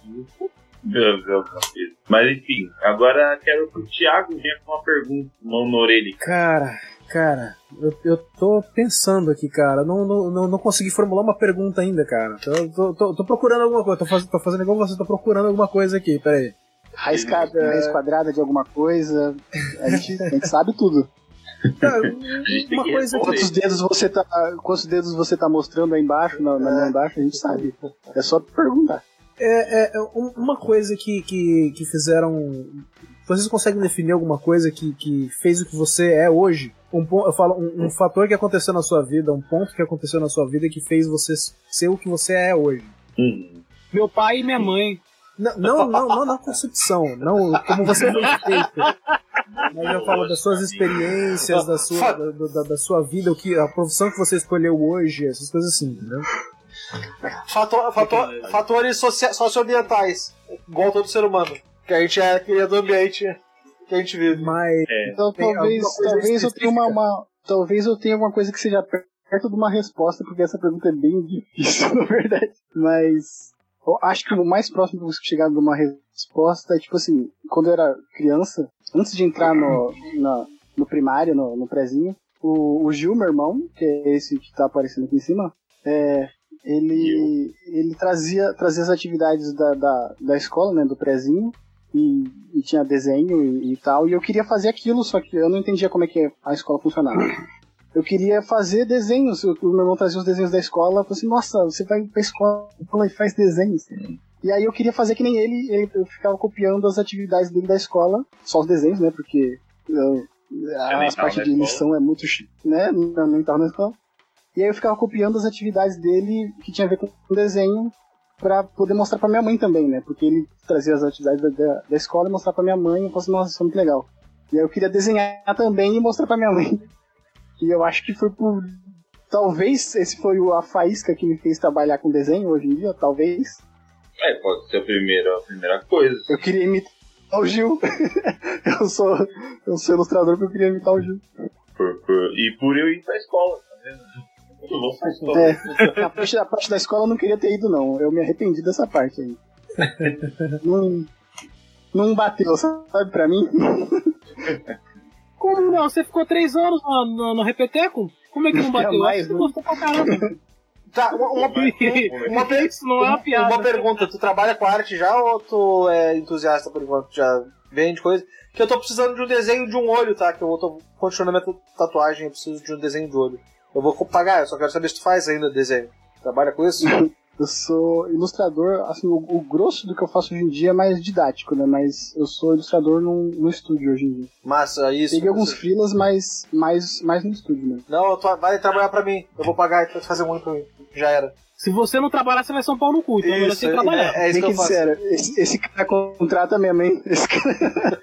Mas enfim, agora quero que o Thiago venha com uma pergunta, mão na orelha. Cara, cara, eu, eu tô pensando aqui, cara. Não, não, não, não consegui formular uma pergunta ainda, cara. Tô, tô, tô, tô procurando alguma coisa, tô, faz, tô fazendo igual você, tô procurando alguma coisa aqui, peraí. Raiz, raiz quadrada de alguma coisa, a gente, a gente sabe tudo. Cara, uma coisa que... Quantos dedos você tá, quantos dedos você tá mostrando aí embaixo, na, na mão embaixo, a gente sabe. É só perguntar. É, é uma coisa que, que, que fizeram. Vocês conseguem definir alguma coisa que, que fez o que você é hoje? Um, eu falo, um, um fator que aconteceu na sua vida, um ponto que aconteceu na sua vida que fez você ser o que você é hoje. Hum. Meu pai e minha mãe. Não, não, não, não na concepção, não como você foi feito. Mas eu falo das suas experiências, da sua, da, da, da sua vida, o que, a profissão que você escolheu hoje, essas coisas assim, entendeu? Fator, fator, fatores socia- socioambientais, igual todo ser humano. Que a gente é, que é do ambiente que a gente vive. Mas, é. Então talvez, talvez eu tenha uma, uma. Talvez eu tenha alguma coisa que seja perto de uma resposta, porque essa pergunta é bem difícil, na verdade. Mas eu acho que o mais próximo que eu chegar de uma resposta é tipo assim, quando eu era criança, antes de entrar no, na, no primário, no, no prézinho, o, o Gil, meu irmão, que é esse que tá aparecendo aqui em cima, é. Ele, ele trazia, trazia as atividades da, da, da escola, né, do prézinho, e, e tinha desenho e, e tal, e eu queria fazer aquilo, só que eu não entendia como é que a escola funcionava. Eu queria fazer desenhos, o meu irmão trazia os desenhos da escola, eu falei assim, nossa, você vai pra escola e faz desenhos. E aí eu queria fazer que nem ele, ele eu ficava copiando as atividades dele da escola, só os desenhos, né, porque eu, as partes de lição é muito, né, não, não tava na escola. E aí eu ficava copiando as atividades dele que tinha a ver com o desenho pra poder mostrar pra minha mãe também, né? Porque ele trazia as atividades da, da, da escola e mostrar pra minha mãe e eu falei assim, nossa, isso é muito legal. E aí eu queria desenhar também e mostrar pra minha mãe. E eu acho que foi por... Talvez esse foi a faísca que me fez trabalhar com desenho hoje em dia, talvez. É, pode ser a primeira, a primeira coisa. Eu queria imitar o Gil. eu, sou, eu sou ilustrador porque eu queria imitar o Gil. Por, por, e por eu ir pra escola, tá vendo? É, a, parte, a parte da escola eu não queria ter ido, não. Eu me arrependi dessa parte aí. não, não bateu, sabe, pra mim? Como não? Você ficou três anos no, no, no Repeteco? Como é que não bateu? Mais, você gostou pra caramba. Tá, uma, uma, uma, uma, Isso não é uma piada. Uma pergunta, tu trabalha com arte já ou tu é entusiasta por enquanto? Já vende coisa? Que eu tô precisando de um desenho de um olho, tá? Que eu tô continuando minha tatuagem, eu preciso de um desenho de olho. Eu vou pagar, eu só quero saber se tu faz ainda desenho. Trabalha com isso? Eu sou ilustrador, assim, o, o grosso do que eu faço hoje em dia é mais didático, né? Mas eu sou ilustrador no, no estúdio hoje em dia. Massa, isso. Peguei alguns freelas, mas mais, mais no estúdio mesmo. Não, tu vai trabalhar pra mim. Eu vou pagar e tu vai fazer muito pra mim. Já era. Se você não trabalhar, você vai ser um pau no cu. Então é melhor você trabalhar. É, é isso que, que eu faço. Sério, esse, esse cara contrata mesmo, hein? Esse cara...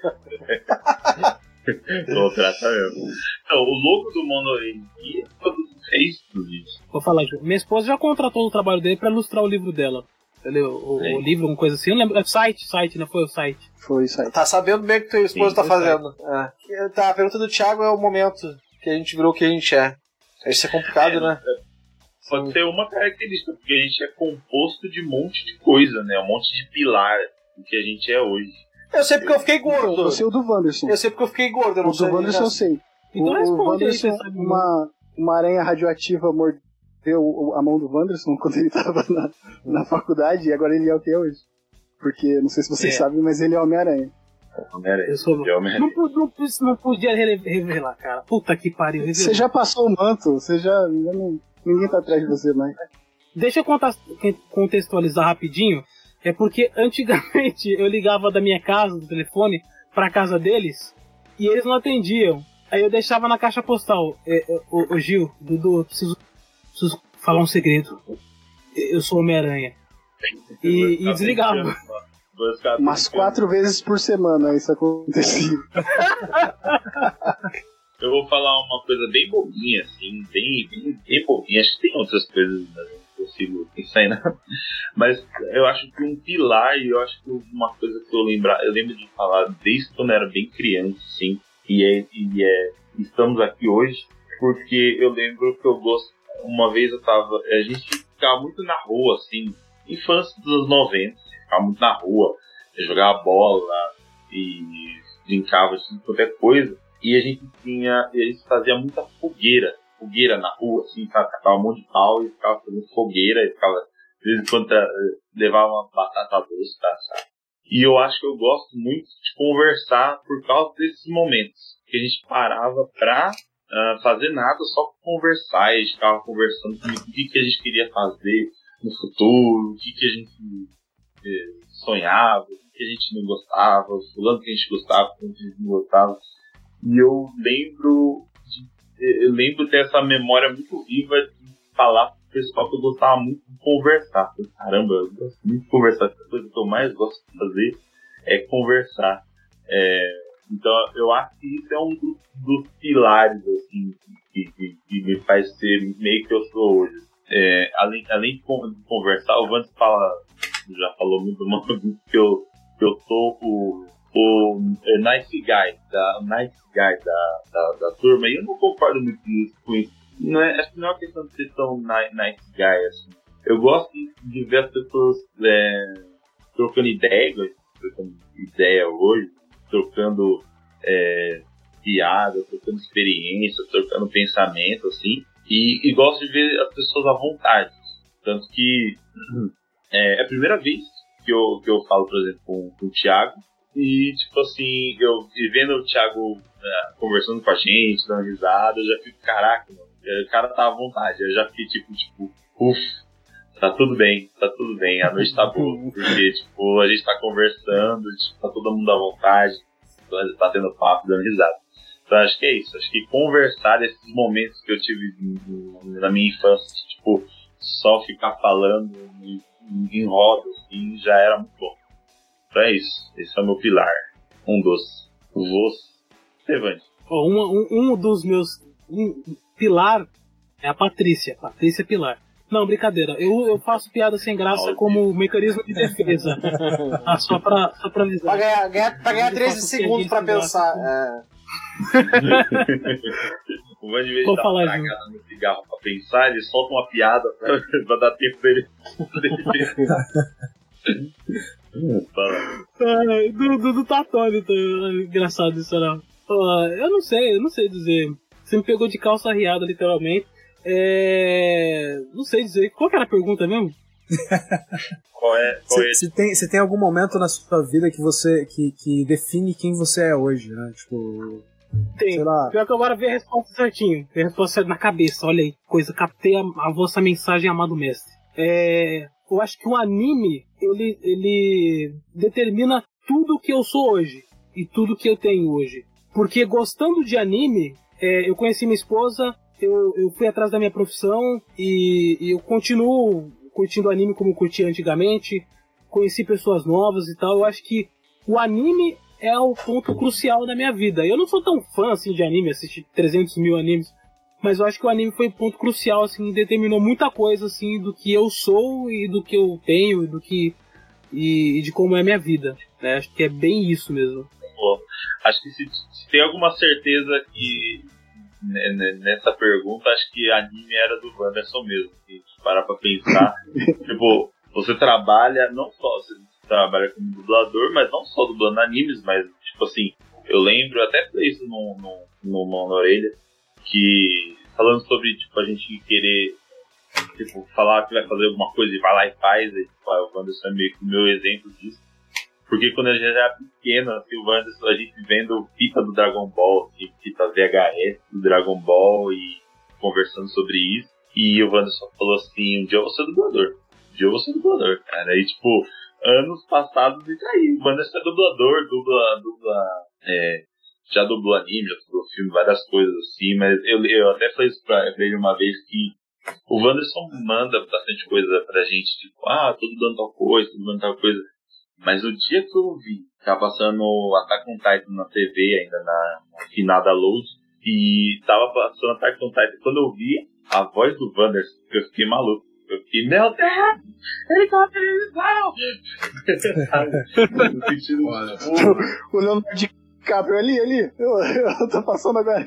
Contrata mesmo. Então, o louco do Monorail é isso, isso. Vou falar, Ju. Minha esposa já contratou o trabalho dele pra ilustrar o livro dela. Entendeu? O, o livro, alguma coisa assim. Eu lembro. É site, site, não foi o site. Foi o site. Tá sabendo bem o que tua esposa Sim, tá fazendo. É. Tá, a pergunta do Thiago é o momento que a gente virou o que a gente é. Isso é complicado, é, né? É. Pode ter uma característica, porque a gente é composto de um monte de coisa, né? Um monte de pilar do que a gente é hoje. Eu sei porque eu fiquei gordo. Eu sei o do Wanderson. Eu sei porque eu fiquei gordo. Eu não o sei do Wanderson eu sei. Então o, responde o Wanderson, aí, sabe uma, uma aranha radioativa mordeu a mão do Wanderson quando ele tava na, na faculdade, e agora ele é o que é hoje. Porque, não sei se vocês é. sabem, mas ele é Homem-Aranha. Homem-Aranha. Eu sou... Não, não, não, não podia revelar, cara. Puta que pariu. Revelar. Você já passou o manto, você já... já não... Ninguém tá atrás de você, mas... Deixa eu contextualizar rapidinho. É porque antigamente eu ligava da minha casa, do telefone, pra casa deles, e eles não atendiam. Aí eu deixava na caixa postal. É, é, o, o Gil, Dudu, eu preciso, preciso falar um segredo. Eu sou Homem-Aranha. E, e desligava. Umas quatro vezes por semana isso acontecia. Eu vou falar uma coisa bem bobinha, assim, bem, bem, bem bobinha. Acho que tem outras coisas, mas não consigo pensar em nada. Mas eu acho que um pilar, e eu acho que uma coisa que eu lembrar, eu lembro de falar desde quando eu era bem criança, assim, e é, e é estamos aqui hoje, porque eu lembro que eu gosto, uma vez eu tava, a gente ficava muito na rua, assim, infância dos anos noventa, ficava muito na rua, jogava bola e brincava de qualquer coisa. E a gente tinha, e a gente fazia muita fogueira, fogueira na rua, assim, sabe? Tacava um monte de pau e ficava fazendo fogueira, e ficava, de vez em quando, levava uma batata doce, tá, sabe? E eu acho que eu gosto muito de conversar por causa desses momentos, que a gente parava pra uh, fazer nada, só conversar, e a gente ficava conversando sobre o que, que a gente queria fazer no futuro, o que, que a gente eh, sonhava, o que, que a gente não gostava, o fulano que a gente gostava, o que a gente não gostava. E eu lembro de, eu lembro de ter essa memória muito viva de falar pro pessoal que eu gostava muito de conversar. Caramba, eu gosto muito de conversar. A coisa que eu mais gosto de fazer é conversar. É, então eu acho que isso é um dos, dos pilares assim, que, que, que me faz ser meio que eu sou hoje. É, além, além de conversar, o Vance fala, já falou muito que eu, que eu sou o o é, nice guy, da, nice guy da, da, da turma, e eu não concordo muito com isso. Não é, acho que não é uma questão de ser tão nice guy, assim. Eu gosto de, de ver as pessoas é, trocando ideia, trocando ideia hoje, trocando é, piada, trocando experiência, trocando pensamento, assim, e, e gosto de ver as pessoas à vontade. Tanto que é, é a primeira vez que eu, que eu falo, por exemplo, com, com o Thiago. E, tipo assim, eu e vendo o Thiago né, conversando com a gente, dando risada, eu já fico, caraca, mano, o cara tá à vontade. Eu já fiquei, tipo, tipo, uff, tá tudo bem, tá tudo bem, a noite tá boa. Porque, tipo, a gente tá conversando, tipo, tá todo mundo à vontade, tá tendo papo, dando risada. Então, acho que é isso. Acho que conversar esses momentos que eu tive na minha infância, tipo, só ficar falando em, em roda, assim, já era muito bom. Então é isso, esse é o meu pilar, um dos, você, Evandro. Oh, um, um dos meus, um pilar é a Patrícia, Patrícia Pilar. Não, brincadeira, eu, eu faço piada sem graça como mecanismo de defesa, ah, só, pra, só pra avisar. Pra ganhar, ganhar, pra ganhar treze segundos pra pensar. É. O Van, de vez de dar uma tragada no cigarro pra pensar, ele solta uma piada pra, pra dar tempo dele. Ai, do, do, do Tatônito, engraçado isso, não. Uh, eu não sei, eu não sei dizer. Você me pegou de calça riada, literalmente. É... Não sei dizer. Qual que era a pergunta mesmo? Qual é? Qual se, é? Se, tem, se tem algum momento na sua vida que você que, que define quem você é hoje, né? Tipo. Tem. Sei lá. Pior que agora veio a resposta certinho. Veio a resposta na cabeça. Olha aí, coisa. Captei a, a vossa mensagem, amado mestre. É, eu acho que o anime, ele, ele determina tudo que eu sou hoje e tudo que eu tenho hoje. Porque gostando de anime, é, eu conheci minha esposa, eu, eu fui atrás da minha profissão e, e eu continuo curtindo anime como eu curtia antigamente, conheci pessoas novas e tal. Eu acho que o anime é o ponto crucial da minha vida. Eu não sou tão fã assim de anime, assisti trezentos mil animes, mas eu acho que o anime foi um ponto crucial, assim, determinou muita coisa assim do que eu sou e do que eu tenho e do que e, e de como é a minha vida, né? Acho que é bem isso mesmo. Pô, acho que se, se tem alguma certeza que né, nessa pergunta, acho que anime era do Wanderson mesmo. Se parar pra pensar, tipo, você trabalha não só você trabalha como dublador, mas não só dublando animes, mas tipo assim, eu lembro, eu até falei isso no, no, no Mão na Orelha, que falando sobre tipo, a gente querer tipo, falar que vai fazer alguma coisa e vai lá e faz, e, tipo, o Wanderson é meio que o meu exemplo disso. Porque quando a gente era pequeno, assim, o Wanderson, a gente vendo fita do Dragon Ball, assim, fita V H S do Dragon Ball e conversando sobre isso. E o Wanderson falou assim, um dia eu vou ser dublador. Um dia eu vou ser dublador, cara. Aí, tipo, anos passados e tá aí. O Wanderson é dublador, dubla, dubla, é, já dublou anime, já dublou filme, várias coisas assim, mas eu, eu até falei isso pra, pra ele uma vez que o Wanderson manda bastante coisa pra gente, tipo, ah, tô dublando tal coisa, tô dublando tal coisa. Mas o dia que eu vi, tava passando Attack on Titan na T V, ainda na, na finada Load, e tava passando Attack on Titan, quando eu vi a voz do Wanderson, eu fiquei maluco. Eu fiquei, meu Deus, ele tá televisão! No sentido, o Leonardo DiCaprio ali, ali, eu, eu tô passando agora.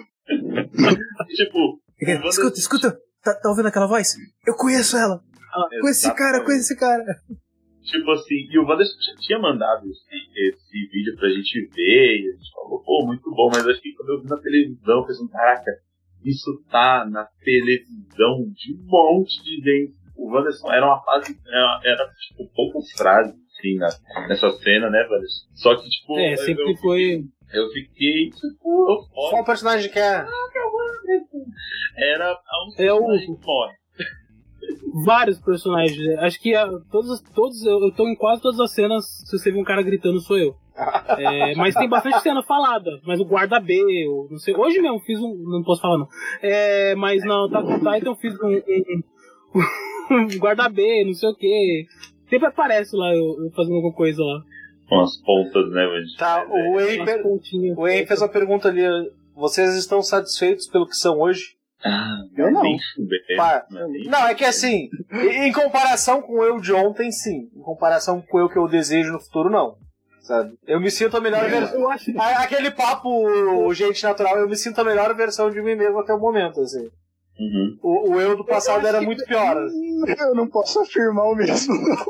Tipo, Wanderson... escuta, escuta, tá, tá ouvindo aquela voz? Eu conheço ela! Ah, conheço esse cara, conheço esse cara! Tipo assim, e o Wanderson já tinha mandado esse, esse vídeo pra gente ver, e a gente falou, pô, muito bom, mas acho que quando eu vi na televisão, eu pensei, caraca, isso tá na televisão de um monte de gente. O Wanderson era uma fase, era, era tipo, poucas frases, assim, na, nessa cena, né, Wanderson? Só que, tipo... É, sempre eu, foi... Eu fiquei, tipo... Qual o personagem que é? Era um é o... que morre. Vários personagens. Acho que a, todos, todos eu, eu tô em quase todas as cenas. Se você vê um cara gritando, sou eu. É, mas tem bastante cena falada. Mas o guarda B, eu não sei. Hoje mesmo fiz um. Não posso falar, não. É, mas não, tá com Titan eu fiz um, um, um guarda B, não sei o que. Sempre aparece lá eu, eu fazendo alguma coisa lá. Com as pontas, né, velho? Tá, o Wayne fez uma pergunta ali. Vocês estão satisfeitos pelo que são hoje? Ah, eu não. Pá, não, é que assim, em comparação com eu de ontem, sim. Em comparação com eu que eu desejo no futuro, não. Sabe? Eu me sinto a melhor versão. Acho... Aquele papo, gente natural, eu me sinto a melhor versão de mim mesmo até o momento, assim. Uhum. O, o eu do passado eu era muito que... pior. Assim. Eu não posso afirmar o mesmo, não.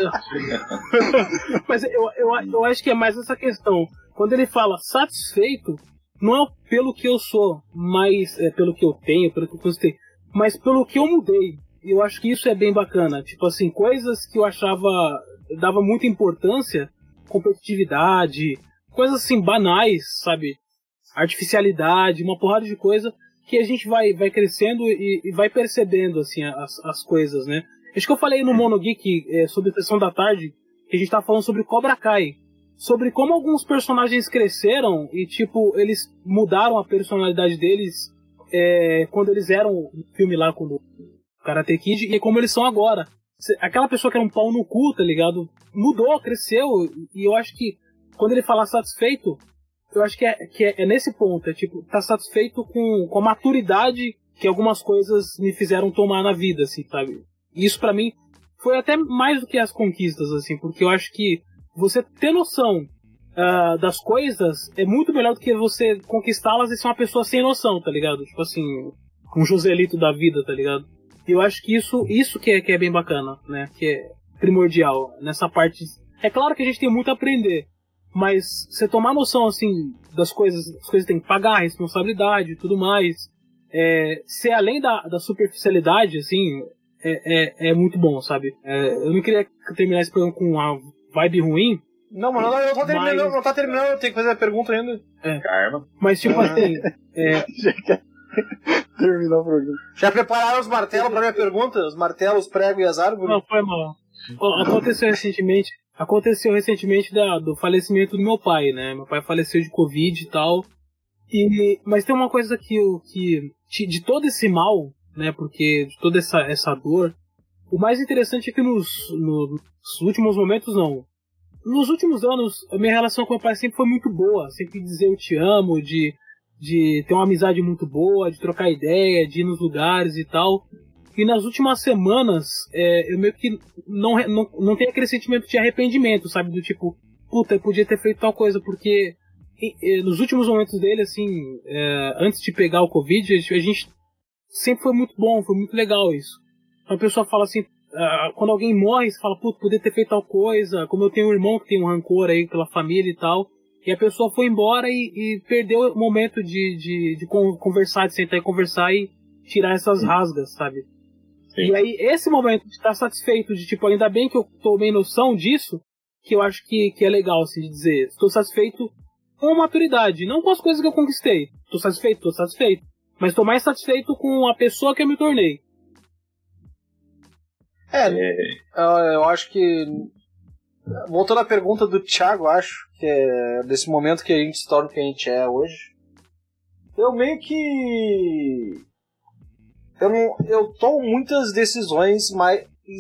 Mas eu, eu, eu acho que é mais essa questão. Quando ele fala satisfeito, não é pelo que eu sou, mas é pelo que eu tenho, pelo que eu conquistei, mas pelo que eu mudei. Eu acho que isso é bem bacana. Tipo assim, coisas que eu achava, dava muita importância, competitividade, coisas assim banais, sabe? Artificialidade, uma porrada de coisa que a gente vai, vai crescendo e, e vai percebendo assim as, as coisas, né? Acho que eu falei no Mono Geek é, sobre a Sessão da Tarde, que a gente tava falando sobre Cobra Kai. Sobre como alguns personagens cresceram e, tipo, eles mudaram a personalidade deles é, quando eles eram no filme lá com o Karate Kid e como eles são agora. Aquela pessoa que era um pau no cu, tá ligado? Mudou, cresceu, e eu acho que quando ele fala satisfeito, eu acho que é, que é, é nesse ponto, é tipo, tá satisfeito com, com a maturidade que algumas coisas me fizeram tomar na vida, assim, sabe? E isso pra mim foi até mais do que as conquistas, assim, porque eu acho que você ter noção uh, das coisas é muito melhor do que você conquistá-las e ser uma pessoa sem noção, tá ligado? Tipo assim, um Joselito da vida, tá ligado? E eu acho que isso, isso que, é, que é bem bacana, né? Que é primordial nessa parte. É claro que a gente tem muito a aprender, mas você tomar noção, assim, das coisas, as coisas tem que pagar, responsabilidade e tudo mais, é, ser além da, da superficialidade, assim, é, é, é muito bom, sabe? É, eu não queria terminar esse programa com uma vibe ruim. Não, mano, não, eu tô terminando, mas... não tá terminando, eu tenho que fazer a pergunta ainda. É. Karma. Mas tipo assim, é, Terminar o programa. Já prepararam os martelos pra minha pergunta? Os martelos, prego e as árvores? Não, foi mal. Aconteceu recentemente, aconteceu recentemente da, do falecimento do meu pai, né? Meu pai faleceu de Covid e tal. E, mas tem uma coisa que, que de todo esse mal, né? Porque de toda essa, essa dor, o mais interessante é que nos, nos últimos momentos, não. Nos últimos anos, a minha relação com meu pai sempre foi muito boa. Sempre dizer eu te amo, de, de ter uma amizade muito boa, de trocar ideia, de ir nos lugares e tal. E nas últimas semanas, é, eu meio que não, não, não tenho aquele sentimento de arrependimento, sabe? Do tipo, puta, eu podia ter feito tal coisa, porque e, e, nos últimos momentos dele, assim, é, antes de pegar o Covid, a gente, a gente sempre foi muito bom, foi muito legal isso. A pessoa fala assim, uh, quando alguém morre, você fala, puta, podia ter feito tal coisa, como eu tenho um irmão que tem um rancor aí pela família e tal, e a pessoa foi embora e, e perdeu o momento de, de, de conversar, de sentar e conversar e tirar essas rasgas, sabe? Sim. E aí, esse momento de estar satisfeito, de tipo, ainda bem que eu tomei noção disso, que eu acho que, que é legal, assim, de dizer, estou satisfeito com a maturidade, não com as coisas que eu conquistei. Estou satisfeito, estou satisfeito, mas estou mais satisfeito com a pessoa que eu me tornei. É, é, eu acho que, voltando à pergunta do Thiago, acho que é desse momento que a gente se torna o que a gente é hoje, eu meio que eu, não, eu tomo muitas decisões mais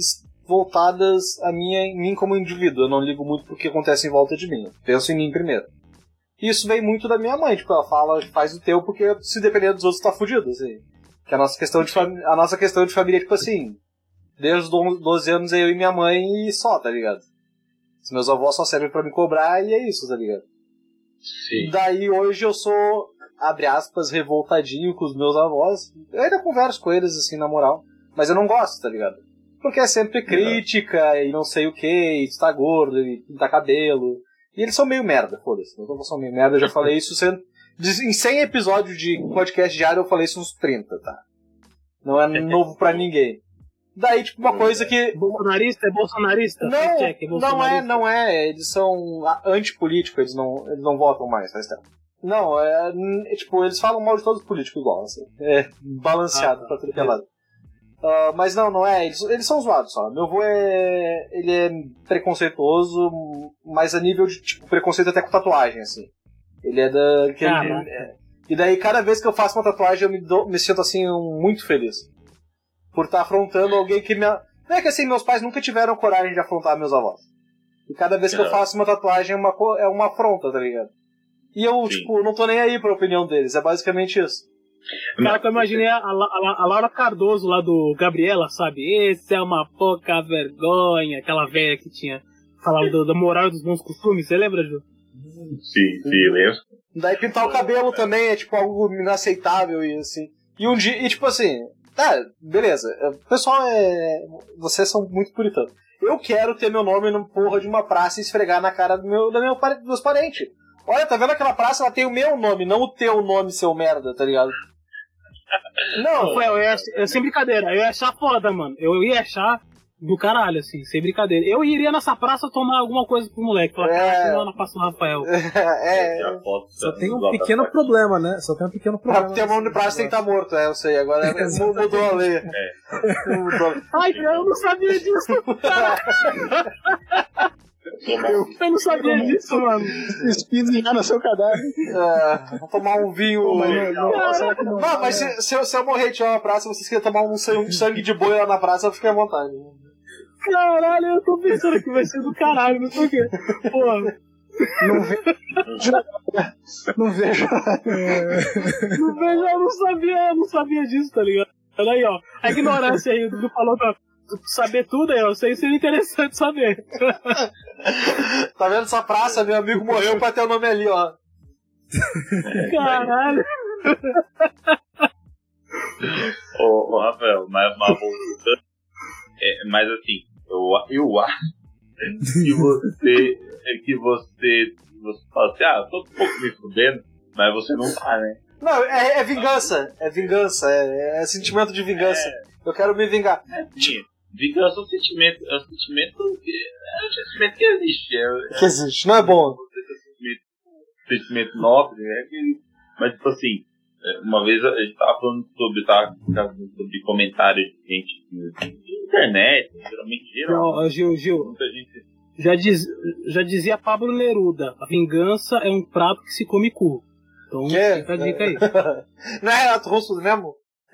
voltadas a minha, em mim como indivíduo. Eu não ligo muito pro que acontece em volta de mim, eu penso em mim primeiro. Isso vem muito da minha mãe, tipo, ela fala, faz o teu, porque se depender dos outros tá fudido, assim. Que a nossa questão de, fami- a nossa questão de família é tipo assim, desde os doze anos eu e minha mãe e só, tá ligado? Os meus avós só servem pra me cobrar e é isso, tá ligado? Sim. Daí hoje eu sou, abre aspas, revoltadinho com os meus avós. Eu ainda converso com eles, assim, na moral. Mas eu não gosto, tá ligado? Porque é sempre crítica uhum. e não sei o que, e tu tá gordo, e pintar cabelo. E eles são meio merda, foda-se. Meus avós são meio merda, eu já falei isso sendo... Em cem episódios de podcast diário eu falei isso uns trinta, tá? Não é novo pra ninguém. Daí, tipo, uma coisa que... Bolsonarista? É bolsonarista? Não, check, é bolsonarista. não é, não é. Eles são antipolíticos, eles não, eles não votam mais, faz tempo. Não, é, é... Tipo, eles falam mal de todos os políticos igual, assim. É balanceado ah, pra tudo que é lado. Uh, mas não, não é. Eles, eles são zoados só. Meu avô é... Ele é preconceituoso, mas a nível de, tipo, preconceito até com tatuagem, assim. Ele é da... Que ele, é, e daí, cada vez que eu faço uma tatuagem, eu me, dou, me sinto, assim, muito feliz. Por estar afrontando alguém que me... Não é que assim, meus pais nunca tiveram coragem de afrontar meus avós. E cada vez que eu faço uma tatuagem é uma, é uma afronta, tá ligado? E eu, Sim. tipo, não tô nem aí pra opinião deles. É basicamente isso. Cara, que eu imaginei a, a, a Laura Cardoso lá do Gabriela, sabe? Esse é uma pouca vergonha. Aquela velha que tinha falado do, da moral dos bons costumes. Você lembra, Ju? Sim, sim, lembro. Daí pintar o cabelo também é, tipo, algo inaceitável e assim. E um dia, e tipo assim... Tá, beleza. O pessoal é... Vocês são muito puritanos. Eu quero ter meu nome no porra de uma praça e esfregar na cara do meu, do meu, dos meus parentes. Olha, tá vendo aquela praça? Ela tem o meu nome, não o teu nome, seu merda, tá ligado? Não, foi, eu ia, eu, sem brincadeira, eu ia achar foda, mano. Eu ia achar do caralho, assim, sem brincadeira. Eu iria nessa praça tomar alguma coisa pro moleque. Falar, é... lá na Praça do Rafael. É, é. Só tem um pequeno problema, né? Só tem um pequeno problema. Pra ter mão de praça tem que estar morto, é, eu sei. Agora mudou a lei. É. Mudou. Ai, eu não sabia disso. Eu, eu não sabia disso, mano. Espinhar no seu cadáver. É, vou tomar um vinho. Pô, mas não, não, não, não, mas se, se, eu, se eu morrer e tiver uma praça, vocês querem tomar um sangue, um sangue de boi lá na praça, eu fiquei à vontade. Caralho, eu tô pensando que vai ser do caralho, não sei o quê. Pô. Não vejo. Não vejo. Não vejo, eu não sabia, eu não sabia disso, tá ligado? Olha aí, ó. A ignorância aí, o Dudu falou pra saber tudo aí, ó. Isso aí seria interessante saber. Tá vendo essa praça? Meu amigo morreu pra ter o nome ali, ó. Caralho. Ô, ô Rafael, mas, mas voltando. É, mas assim, eu, eu acho que você. Que você. Você fala assim, ah, eu tô um pouco me fudendo, mas você não tá, né? Não, é, é vingança. É vingança. É, é sentimento de vingança. É, eu quero me vingar. É, sim. Vingança é um sentimento. É um sentimento que. É um sentimento que existe. É, que existe, não é bom. É um sentimento, sentimento nobre, né? Que, mas tipo assim, uma vez a gente tava falando sobre, tava, sobre comentário de gente de internet, geralmente, geralmente. Não, Gil, Gil. Muita gente... Já, diz, já dizia Pablo Neruda, a vingança é um prato que se come cru. Então, que? Fica a dica aí. Não é Renato Russo mesmo?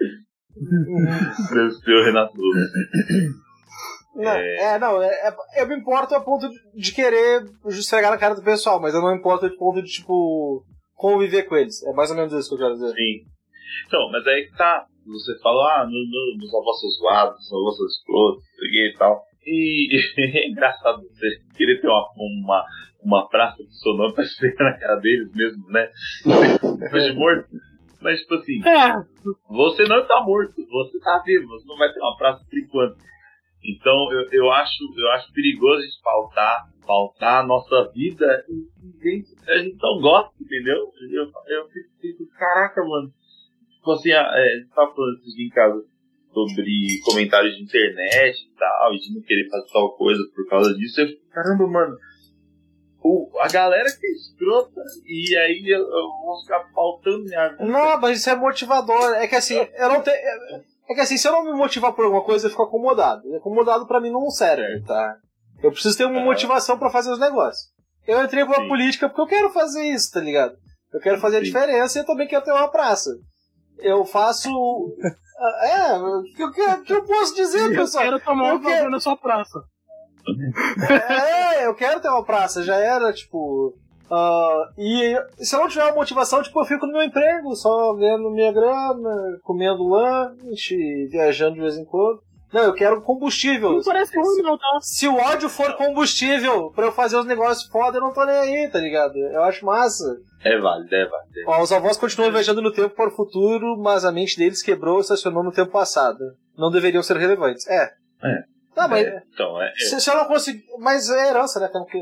Deve ser o Renato Russo. Não, é... é, não, é, é, eu me importo a ponto de, de querer esfregar na cara do pessoal, mas eu não me importo a ponto de, tipo, conviver com eles. É mais ou menos isso que eu quero dizer. Sim. Então, mas aí que tá. Você falou, ah, no, no, nos avós seus zoados, nos avós seus escrotos, e tal. E é engraçado você querer ter uma, uma, uma praça de seu nome pra esfregar na cara deles mesmo, né? Depois de morto. Mas, tipo assim, é. Você não tá morto, você tá vivo, você não vai ter uma praça por enquanto. Então, eu, eu, acho, eu acho perigoso a gente faltar, faltar a nossa vida em gente que a gente não gosta, entendeu? Eu, eu fico, caraca, mano. Tipo assim, a, a gente tava falando esses dias em casa sobre comentários de internet e tal, e de não querer fazer tal coisa por causa disso. Eu fico, caramba, mano, o, a galera que é escrota, e aí eu, eu vou ficar faltando minha vida. Não, mas isso é motivador. É que assim, eu não tenho. É que assim, se eu não me motivar por alguma coisa, eu fico acomodado. E acomodado pra mim não serve, tá? Eu preciso ter uma é. motivação pra fazer os negócios. Eu entrei pra Sim. política porque eu quero fazer isso, tá ligado? Eu quero fazer Sim. a diferença e eu também quero ter uma praça. Eu faço. É, o que, que, que eu posso dizer, pessoal? Eu quero tomar uma quero... na sua praça. É, eu quero ter uma praça, já era, tipo. Uh, e se eu não tiver uma motivação, tipo, eu fico no meu emprego, só ganhando minha grana, comendo lanche, viajando de vez em quando. Não, eu quero combustível. Não parece ruim, não, tá? Se o ódio for combustível pra eu fazer os negócios foda, eu não tô nem aí, tá ligado? Eu acho massa. É válido, é válido. Ó, os avós continuam viajando no tempo para o futuro, mas a mente deles quebrou e estacionou no tempo passado. Não deveriam ser relevantes. É. É. Não, mas. É, então, é, é. Se, se eu não conseguir. Mas é herança, né? Tem que.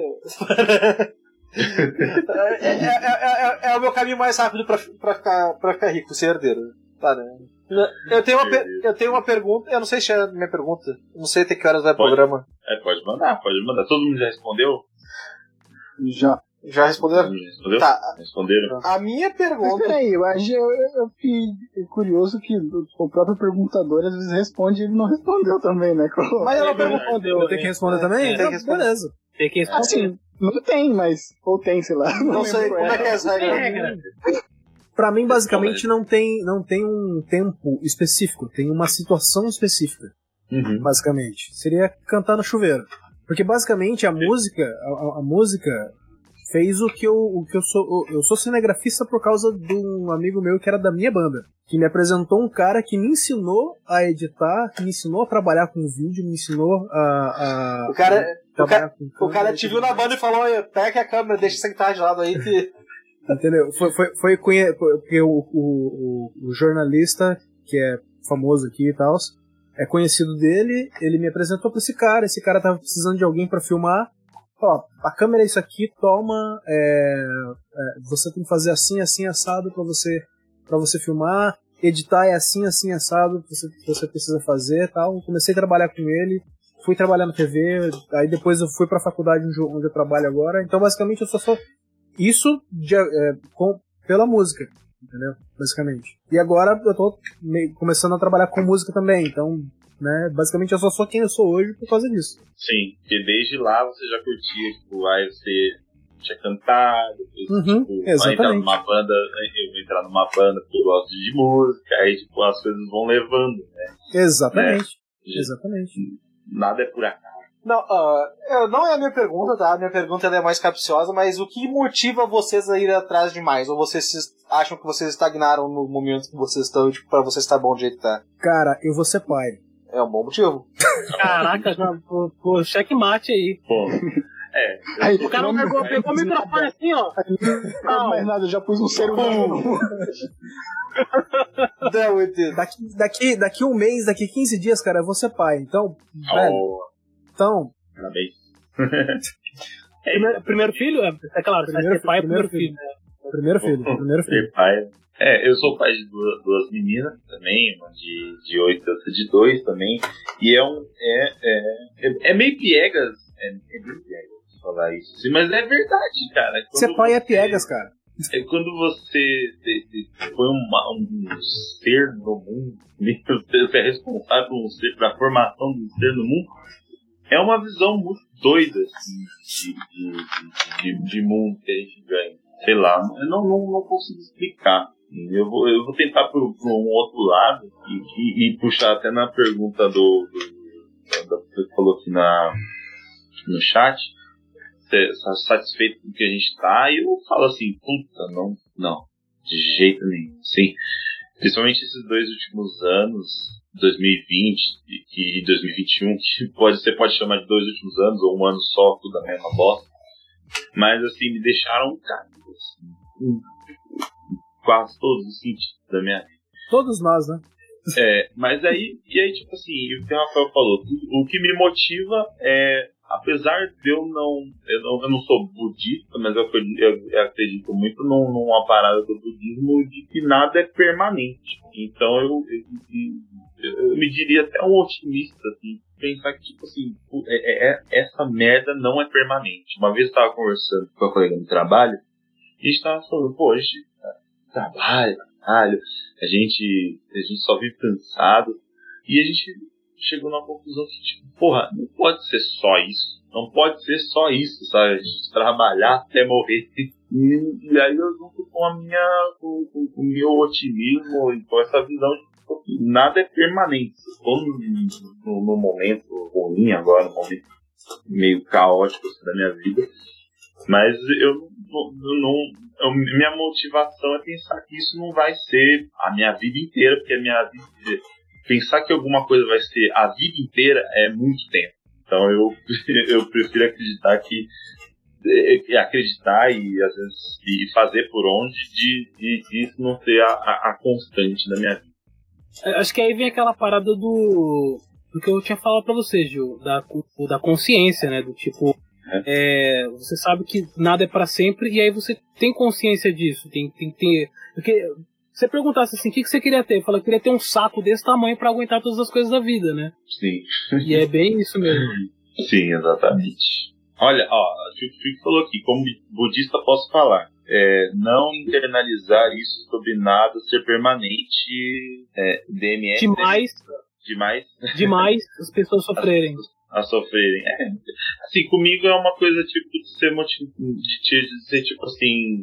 é, é, é, é, é o meu caminho mais rápido pra, pra, ficar, pra ficar rico, ser herdeiro. Tá, né? Eu tenho, uma per, eu tenho uma pergunta, eu não sei se é a minha pergunta. Não sei até que horas vai o programa. É, pode mandar, pode mandar. Todo mundo já respondeu? Já. Já responderam? Respondeu? Tá. Responderam? A minha pergunta. Mas peraí, eu, acho, eu, eu fiquei curioso que o próprio perguntador às vezes responde e ele não respondeu também, né? Mas ela não respondeu. Eu tenho que responder é, também? É, tem que responder. Beleza. Tem que responder. Assim, não tem, mas. Ou tem, sei lá. Não, não sei como é que é essa regra. Pra mim, basicamente, não tem, não tem um tempo específico, tem uma situação específica. Uhum. Basicamente. Seria cantar no chuveiro. Porque basicamente a Sim. música, a, a música fez o que eu, o que eu sou. Eu sou cinegrafista por causa de um amigo meu que era da minha banda. Que me apresentou um cara que me ensinou a editar, que me ensinou a trabalhar com vídeo, me ensinou a. a o cara, a o cara, o cara te viu na banda e falou: pega a câmera, deixa essa guitarra de lado aí que. Entendeu? Foi, foi, foi porque o, o, o, o jornalista, que é famoso aqui e tal, é conhecido dele, ele me apresentou pra esse cara, esse cara tava precisando de alguém pra filmar. Ó, a câmera é isso aqui, toma, é, é, você tem que fazer assim, assim, assado pra você, pra você filmar, editar é assim, assim, assado que você, você precisa fazer e tal. Comecei a trabalhar com ele, fui trabalhar na T V, aí depois eu fui pra faculdade onde eu, onde eu trabalho agora, então basicamente eu só sou isso de, é, com, pela música, entendeu? Basicamente. E agora eu tô meio, começando a trabalhar com música também, então, né, basicamente eu só sou quem eu sou hoje por causa disso. Sim, porque desde lá você já curtia, tipo, aí você tinha cantado, depois uhum, tipo, exatamente. vai entrar numa banda, eu vou entrar numa banda porque eu gosto de música, aí tipo, as coisas vão levando, né? Exatamente, né? Exatamente. Nada é por acaso. Não, uh, não é a minha pergunta, tá? A minha pergunta ela é mais capciosa, mas o que motiva vocês a ir atrás de mais? Ou vocês acham que vocês estagnaram no momento que vocês estão, tipo, pra vocês estar bom do jeito que tá? Cara, eu vou ser pai. É um bom motivo. Caraca, já, pô, pô, checkmate aí. Pô, é. Aí, o cara não pegou, pegou o microfone assim, ó. Não, mais nada, já pus um ser humano. daqui, daqui, daqui um mês, daqui quinze dias, cara, eu vou ser pai. Então, oh. velho. Então. Parabéns. primeiro, primeiro filho? É, é claro, primeiro, ser pai é primeiro, primeiro filho. filho. Né? Primeiro filho, primeiro filho. Pai. É, eu sou pai de duas, duas meninas também, uma de, de oito e outra de dois também. E é um. É, é, é meio piegas. É, é meio piegas falar isso. Mas é verdade, cara. Ser pai é piegas, cara. É quando você, você foi uma, um ser no mundo, você é responsável por um ser, pela formação do ser no mundo, é uma visão muito doida assim, de, de, de, de mundo que a gente ganha. Sei lá, eu não, não, não consigo explicar. Eu vou, eu vou tentar por, por um outro lado e, e, e puxar até na pergunta do, do, do que você falou aqui na, no chat. Está satisfeito com o que a gente tá, e eu falo assim, puta, não, não, de jeito nenhum, sim. Principalmente esses dois últimos anos, dois mil e vinte e dois mil e vinte e um, que pode, você pode chamar de dois últimos anos, ou um ano só, tudo a mesma bosta, mas assim, me deixaram caído, assim, em quase todos os sentidos da minha vida. Todos nós, né? É, mas aí, e aí, tipo assim, o que o Rafael falou, o que me motiva é, apesar de eu não, eu não, eu não sou budista, mas eu acredito, eu acredito muito num, numa parada do budismo de que nada é permanente. Então eu, eu, eu me diria até um otimista, assim, pensar que, tipo assim, é, é, essa merda não é permanente. Uma vez eu estava conversando com a colega de trabalho, e a gente estava falando, pô, a gente trabalha, trabalha, a gente, a gente só vive cansado, e a gente chegou na conclusão que, tipo, porra, não pode ser só isso. Não pode ser só isso, sabe? A gente trabalhar até morrer. E, e aí eu junto com a minha, com, com, com o meu otimismo e com essa visão de que nada é permanente. Estou no, no, no momento ruim agora, no momento meio caótico assim, da minha vida. Mas eu não, não, eu, minha motivação é pensar que isso não vai ser a minha vida inteira, porque a minha vida... Pensar que alguma coisa vai ser a vida inteira é muito tempo. Então eu, eu prefiro acreditar que é, acreditar e às vezes e fazer por onde de, de, de isso não ser a, a, a constante da minha vida. Acho que aí vem aquela parada do, do que eu tinha falado pra você, Gil, da, da consciência, né? Do tipo, é. É, você sabe que nada é pra sempre e aí você tem consciência disso. Tem, tem que ter. Porque se você perguntasse assim, o que, que você queria ter? Eu falei, eu queria ter um saco desse tamanho pra aguentar todas as coisas da vida, né? Sim. E é bem isso mesmo. Sim, exatamente. Olha, ó, o Fico falou aqui, como budista posso falar, é, não internalizar isso sobre nada ser permanente, é, D M S... Demais. Demais. Demais as pessoas sofrerem. A, a sofrerem. É, assim, comigo é uma coisa tipo de ser, motiv... de, de ser tipo assim...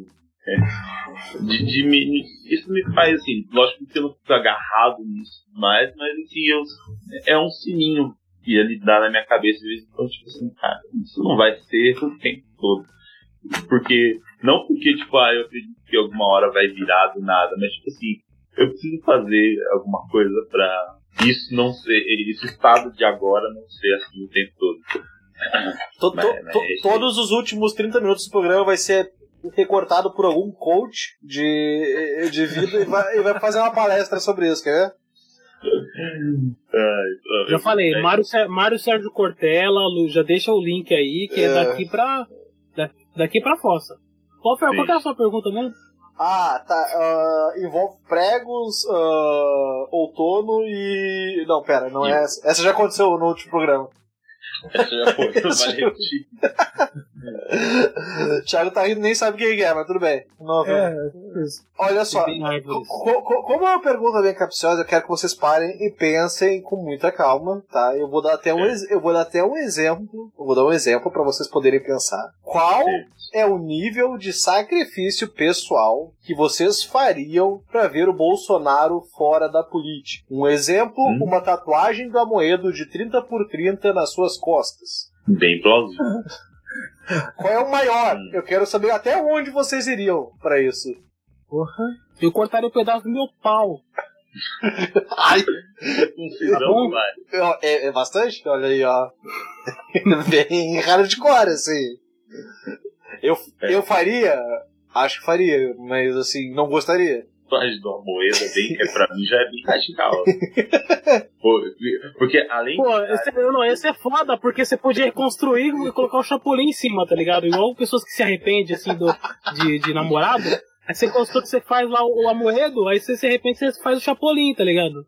É, de, de me, isso me faz assim, lógico que eu não fico agarrado nisso mais, mas assim, eu, é um sininho que ele dá na minha cabeça de vez em quando, tipo assim, cara, isso não vai ser o tempo todo. Porque, não porque, tipo, ah, eu acredito que alguma hora vai virar do nada, mas tipo assim, eu preciso fazer alguma coisa pra isso não ser, esse estado de agora não ser assim o tempo todo. To, mas, to, to, é todos os últimos trinta minutos do programa vai ser recortado por algum coach de, de vida e vai, e vai fazer uma palestra sobre isso, quer ver? Já eu falei, é. Mário, Mário Sérgio Cortella, Lu, já deixa o link aí, que é, é daqui pra daqui pra fossa. Qual foi, qual que é a sua pergunta mesmo? Ah, tá. Uh, envolve pregos, uh, outono e... Não, pera, não é essa. Essa já aconteceu no último programa. Essa já foi, não vai repetir. Thiago tá rindo, nem sabe quem é, mas tudo bem. Não, é, olha só, co co como é uma pergunta bem capciosa, eu quero que vocês parem e pensem com muita calma, tá? Eu vou dar até um, eu vou dar até um exemplo, eu vou dar um exemplo para vocês poderem pensar. Qual é o nível de sacrifício pessoal que vocês fariam para ver o Bolsonaro fora da política? Um exemplo, hum. uma tatuagem do Amoedo de trinta por trinta nas suas costas. Bem plausível. Qual é o maior? Hum. Eu quero saber até onde vocês iriam pra isso. Porra. Eu cortaria um pedaço do meu pau. Ai! Tá é, é bastante? Olha aí, ó. Bem hardcore, assim. Eu, é. eu faria? Acho que faria, mas assim, não gostaria. Mas do Amoedo bem, é, pra mim já é bem radical. Porque além Pô, de... esse, não, esse é foda, porque você podia reconstruir e colocar o Chapolin em cima, tá ligado? Igual pessoas que se arrependem assim do, de, de namorado. Aí você gostou que você faz lá o, o Amoedo, aí você se arrepende você faz o Chapolin, tá ligado?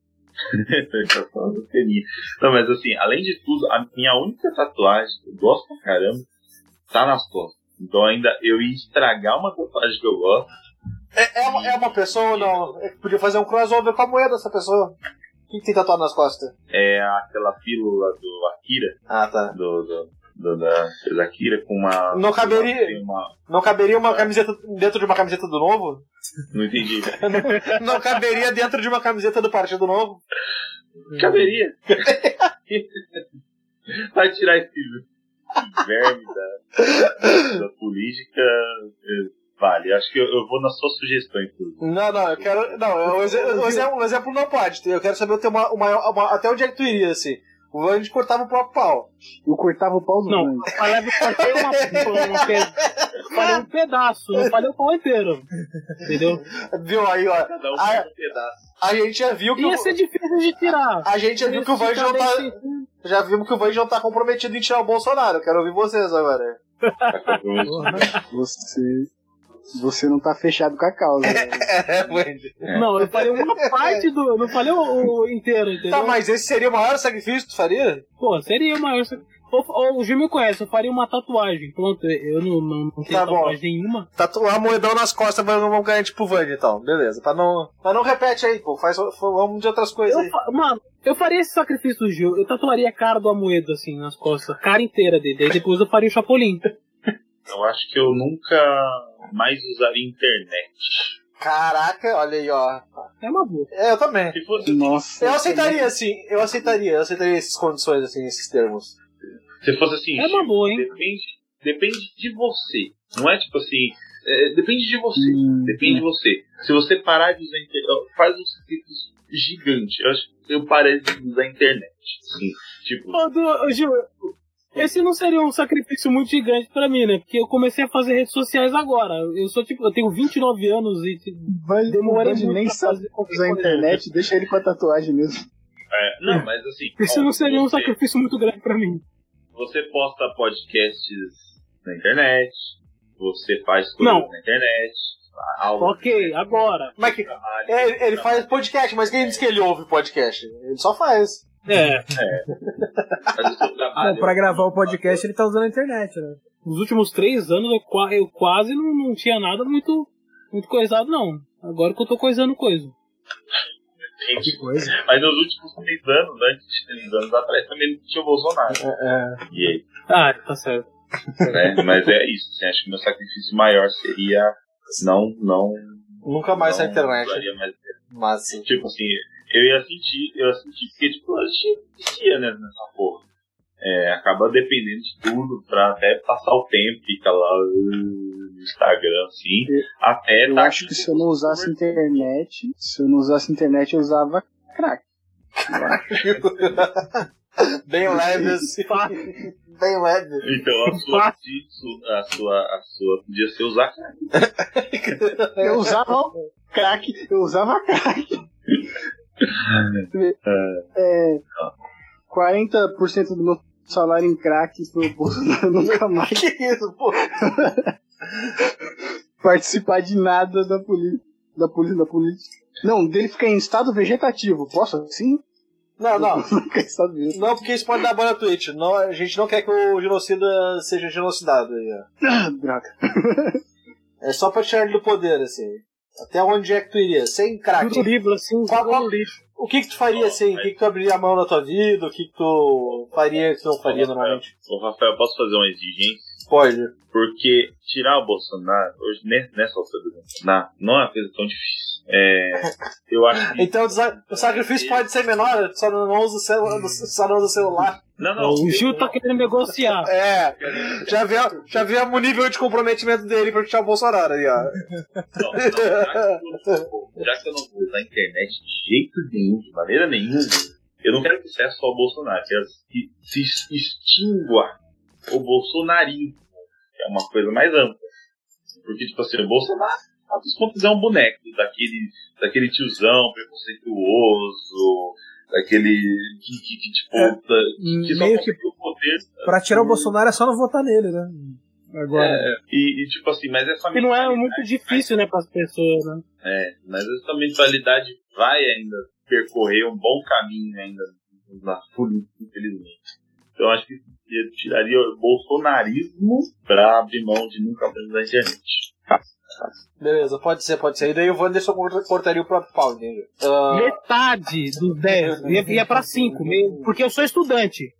Não, mas assim, além de tudo, a minha única tatuagem que eu gosto pra caramba tá nas costas. Então ainda eu ia estragar uma tatuagem que eu gosto É, é, uma, é uma pessoa ou não? É, podia fazer um crossover com a moeda dessa pessoa. O que, que tem tatuado nas costas? É aquela pílula do Akira. Ah, tá. Do, do, do, da, da Akira com uma... Não caberia, uma... não caberia uma camiseta dentro de uma camiseta do Novo? Não entendi. não, não caberia dentro de uma camiseta do Partido Novo? Caberia. Vai tirar esse verme da, da política... Vale, acho que eu, eu vou na sua sugestão, inclusive. Não, não, eu quero. Não, o exemplo, o exemplo, o exemplo não pode. Eu quero saber o uma, uma, uma, até onde é que tu iria, assim. O Vande cortava o próprio pau. Eu cortava o pau do Não, Vande. falei, eu cortei uma, uma, pe... falei um pedaço, não falei o pau inteiro. Entendeu? Viu aí, ó. Cada um a, um pedaço. A gente já viu que. Ia o... ser difícil de tirar. A gente já viu que o Vande não tá. Desse... Já vimos que o Vande não tá comprometido em tirar o Bolsonaro. Eu quero ouvir vocês agora. Você. Você não tá fechado com a causa. É, Wendy. Não, eu falei uma parte do. Não falei o, o inteiro, entendeu? Tá, mas esse seria o maior sacrifício que tu faria? Pô, seria o maior sacrifício. O Gil me conhece, eu faria uma tatuagem. Pronto, eu não, não, não tenho tá tatuagem bom. nenhuma. Tatuar moedão nas costas, mas não vamos ganhar tipo Vande, então. Beleza. Pra não, mas não repete aí, pô. Faz, vamos de outras coisas eu, aí. Mano, eu faria esse sacrifício do Gil. Eu tatuaria a cara do Amoedo, assim, nas costas. A cara inteira dele. Aí depois eu faria o Chapolin. Eu acho que eu nunca mais usaria internet. Caraca, olha aí, ó. É uma boa. É, eu também. Se fosse, Nossa. Eu aceitaria, assim. Eu aceitaria. Eu aceitaria essas condições, assim, esses termos. se fosse assim, é uma boa, hein? Depende, depende de você. Não é tipo assim. É, depende de você. Hum, depende é. de você. Se você parar de usar a internet, faz um sacrifício gigante. Eu acho que eu parei de usar a internet. Sim. Tipo. Ô, do, Gil, esse não seria um sacrifício muito gigante pra mim, né? Porque eu comecei a fazer redes sociais agora. Eu sou tipo, eu tenho vinte e nove anos e Vai, demorei Vande muito nem pra sabe fazer qualquer usar a coisa. internet, deixa ele com a tatuagem mesmo. É, não, mas assim. Esse ó, não seria um você, sacrifício muito grande pra mim. Você posta podcasts na internet. Você faz coisas Não. na internet. Algo Ok, agora. Mas que, é, ele faz podcast, mas quem diz que ele ouve podcast? Ele só faz. É. Faz o seu trabalho. Bom, pra gravar o podcast ele tá usando a internet, né? Nos últimos três anos eu, qua- eu quase não, não tinha nada muito, muito coisado, não. Agora que eu tô coisando coisa. Gente, coisa. Mas nos últimos três anos, antes de três anos atrás, também não tinha o Bolsonaro. É, E aí? Ah, tá certo. Né? Mas é isso. Assim, acho que o meu sacrifício maior seria não. não nunca mais não na internet. usaria mais. Mas sim. Tipo assim, eu ia sentir, eu ia sentir, porque tipo, a gente existia, né, nessa porra. É, acaba dependendo de tudo pra até passar o tempo, fica lá uh, no Instagram, assim, Eu- até Eu tá acho que se eu não usasse internet, se eu não usasse internet, eu usava crack. Bem leve assim. Bem leve. Então a sua, a sua, a sua podia ser usar crack. Eu usava crack, eu usava crack. É, quarenta por cento do meu salário em crack pro Bolsonaro nunca mais Que isso, pô? participar de nada da política. Da política, da política. Não, dele ficar em estado vegetativo. Posso? Sim? Não, não. Ficar em estado vegetativo. Não, porque isso pode dar ban na Twitch. Não, a gente não quer que o genocida seja genocidado aí, ó. Ah, droga. É só pra tirar ele do poder, assim. Até onde é que tu iria? Sem crack. Tudo livre, assim, Qual- jogando qual- lixo. O que que tu faria, assim? O que que tu abriria a mão na tua vida? O que que tu faria que tu não faria normalmente? Ô Rafael, posso fazer uma exigência? Pode. Porque tirar o Bolsonaro, hoje, ne- nessa altura do Bolsonaro, não é uma coisa tão difícil. É, eu acho que. Então o desa- o sacrifício pode ser menor, tu só não usa o, celu- só não usa o celular. Não, não. O Gil tá querendo negociar. É, já vê, já vê o nível de comprometimento dele pra tirar o Bolsonaro aí, ó. Não, não, já, que eu, já que eu não vou usar a internet de jeito nenhum, de maneira nenhuma, eu não quero que seja só o Bolsonaro, eu quero que se extingua o bolsonarismo, que é uma coisa mais ampla. Porque, tipo assim, o Bolsonaro, se for fizer um boneco daquele, daquele tiozão preconceituoso, daquele que, que, que tipo, É, da- que, que só meio que conseguiu o poder. Pra tirar o Bolsonaro é só não votar nele, né? Agora. É, e, e, tipo assim, mas essa Que não é mentalidade- muito difícil, né, pras pessoas, né? É, mas essa mentalidade vai ainda percorrer um bom caminho ainda na política, infelizmente. Então acho que eu tiraria o bolsonarismo pra abrir mão de nunca mais da internet. Beleza, pode ser, pode ser. E daí o Wanderson cortaria o próprio pau, entende? Uh... Metade dos dez ia, ia pra cinco, porque eu sou estudante.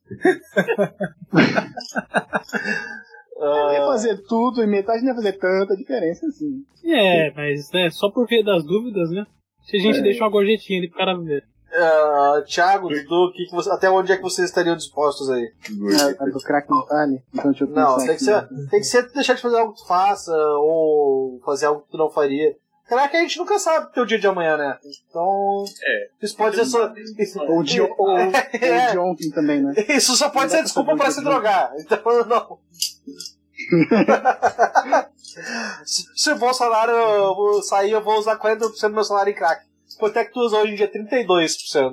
Uh... Ia fazer tudo e metade não ia fazer tanta diferença assim. É, mas né, só por via das dúvidas, né? Se a gente é. deixa uma gorjetinha ali pro cara ver. Uh, Thiago, Dudu, que que você, até onde é que vocês estariam dispostos aí? A, a do crack não tá ali? Então, deixa eu não, tem que, aqui, ser, tem que ser deixar de fazer algo que tu faça, ou fazer algo que tu não faria. Caraca, a gente nunca sabe o teu dia de amanhã, né? Então. É. Isso pode ser só. Ou de, ou, ou é. de ontem também, né? Isso só pode não ser desculpa pra se drogar. Então, não. se, se o Bolsonaro sair, eu vou usar quarenta por cento do meu salário em crack. Quanto é que tu usa hoje em dia? trinta e dois por cento.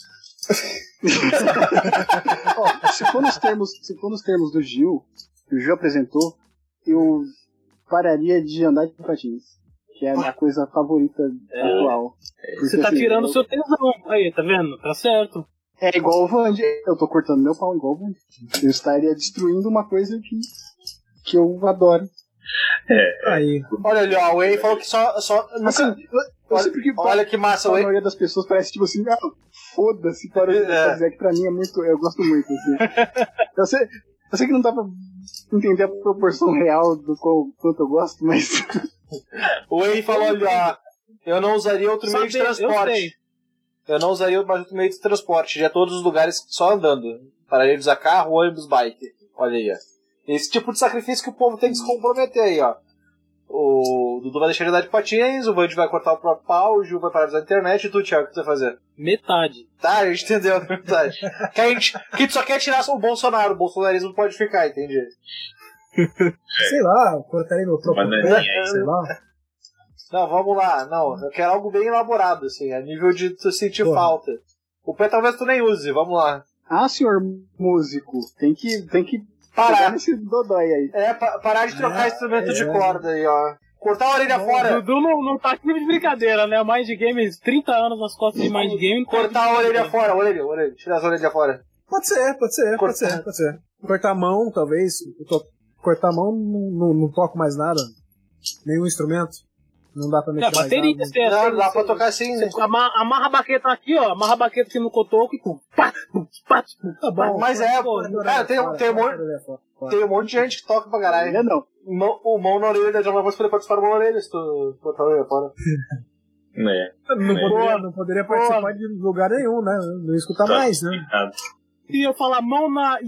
oh, se, for nos termos, se for nos termos do Gil, que o Gil apresentou, eu pararia de andar de patins, que é a minha coisa favorita é. atual. Porque, você tá assim, tirando o eu... seu tesão. Aí, tá vendo? Tá certo. É igual o Vand. Eu tô cortando meu pau igual o Vand. Eu estaria destruindo uma coisa que, que eu adoro. É. Aí. Olha ali, ó, o Wayne falou que só. só nunca... assim, eu sei porque olha que massa, a maioria das pessoas parece tipo assim, ah, foda-se, para é. dizer que pra mim é muito. Eu gosto muito, assim. eu, sei, eu sei que não dá pra entender a proporção real do quanto eu gosto, mas. O Wayne falou ali, ó. Eu não usaria outro Sabe, meio de transporte. Eu, eu não usaria mais outro meio de transporte. Já todos os lugares só andando. Pararia de usar carro, ônibus, bike. Olha aí, ó. Esse tipo de sacrifício que o povo tem que se comprometer aí, ó. O Dudu vai deixar de andar de patins, o Vand vai cortar o próprio pau, o Gil vai parar de usar a internet e tu, Thiago, o que tu vai fazer? Metade. Tá, a gente entendeu, metade. que, a gente, que tu só quer tirar o Bolsonaro, o bolsonarismo pode ficar, entende? Sei lá, eu cortaria meu próprio pé, sei lá. Não, vamos lá, não, eu quero algo bem elaborado, assim, a nível de tu sentir Porra. falta. O pé talvez tu nem use, vamos lá. Ah, senhor músico, tem que... Tem que... Parar nesse dodói aí. É, pa parar de trocar ah, instrumento é. de corda aí, ó. Cortar a orelha não, fora. O Dudu não, não tá aqui de brincadeira, né? Mind Games, trinta anos nas costas de Mind Game. Cortar a orelha fora, orelha, orelha. Tirar as orelhas fora. Pode ser, pode ser, pode ser, pode ser. Cortar a mão, talvez. Cortar a mão, não, não, não toco mais nada. Nenhum instrumento. Não dá pra mexer é, mais bateria, nada. Você, não, você, dá pra tocar assim. Você amarra, amarra a baqueta aqui, ó. Amarra a baqueta aqui no cotoco e pum. Pá, pum, pá, pum. Tá bom. Mas é, pô, cara, tem, fora, tem, um monte, fora, tem um monte de gente que toca pra caralho. Não, não. Mão, o mão na orelha já vai poder participar da mão na orelha se tu botar a orelha fora. É. Não, é. Poderia, não poderia participar Pô. de lugar nenhum, né? Não ia escutar tá mais, né? E eu falar mão na.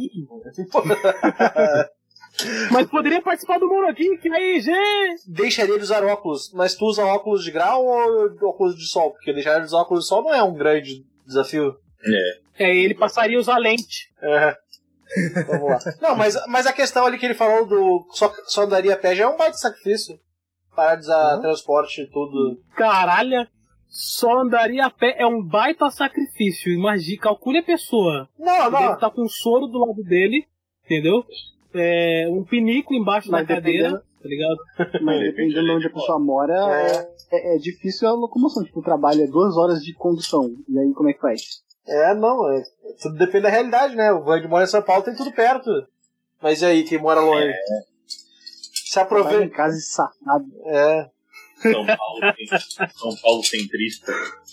Mas poderia participar do Monogeek aí, gente! Deixaria de usar óculos, mas tu usa óculos de grau ou óculos de sol? Porque deixar de usar óculos de sol não é um grande desafio. É. É, ele passaria a usar lente. É. Vamos lá. Não, mas, mas a questão ali que ele falou do só, só andaria a pé já é um baita sacrifício. Parar de usar uhum. transporte e tudo. Caralho, só andaria a pé é um baita sacrifício. Imagina, calcule a pessoa. Não, não. Ele tá com um soro do lado dele, entendeu? É, um pinico embaixo mas da cadeira, tá ligado? Mas dependendo de onde a pessoa mora, é. É, é difícil a locomoção. Tipo, o trabalho é duas horas de condução. E aí, como é que faz? É, não, é, tudo depende da realidade, né? O Vand mora em São Paulo, tem tudo perto. Mas e aí, quem mora longe? É. Se aproveita. Em casa e safado. É. São Paulo, São Paulo centrista.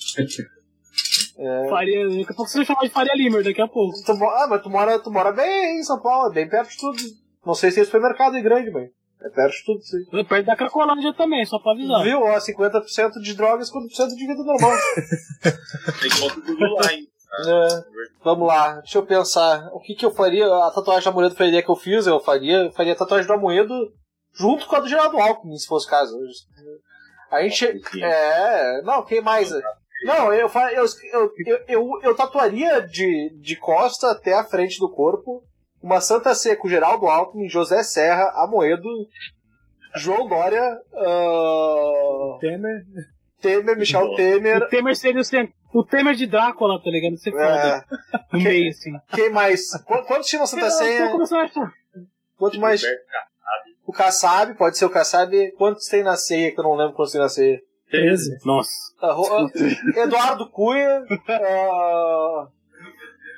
É. Faria, daqui a pouco você vai chamar de Faria Limer, daqui a pouco. Tu, ah, mas tu mora, tu mora bem em São Paulo, bem perto de tudo. Não sei se tem supermercado é grande, mas é perto de tudo, sim. É perto da Cracolândia também, só pra avisar. Viu? Ó, cinquenta por cento de drogas, cinquenta por cento de vida normal. Tem conta tudo lá, hein? É. Vamos lá, deixa eu pensar. O que que eu faria? A tatuagem do Amoedo foi a ideia que eu fiz, eu faria, eu faria a tatuagem do Amoedo junto com a do Geraldo Alckmin, se fosse o caso. A gente. É. Não, quem mais? Não, eu, eu, eu, eu, eu, eu tatuaria de, de costa até a frente do corpo uma Santa Ceia com Geraldo Alckmin, José Serra, Amoedo, João Dória, uh... Temer, Temer, Michel Bom. Temer. O Temer seria o, o Temer de Drácula, tá ligado? Você é. No quem, meio, assim. Quem mais? Quantos tinha na Santa Ceia? Quanto mais? O Kassab, pode ser o Kassab. Quantos tem na ceia que eu não lembro quantos tem na ceia? treze. Nossa. Uh, uh, Eduardo Cunha. Uh...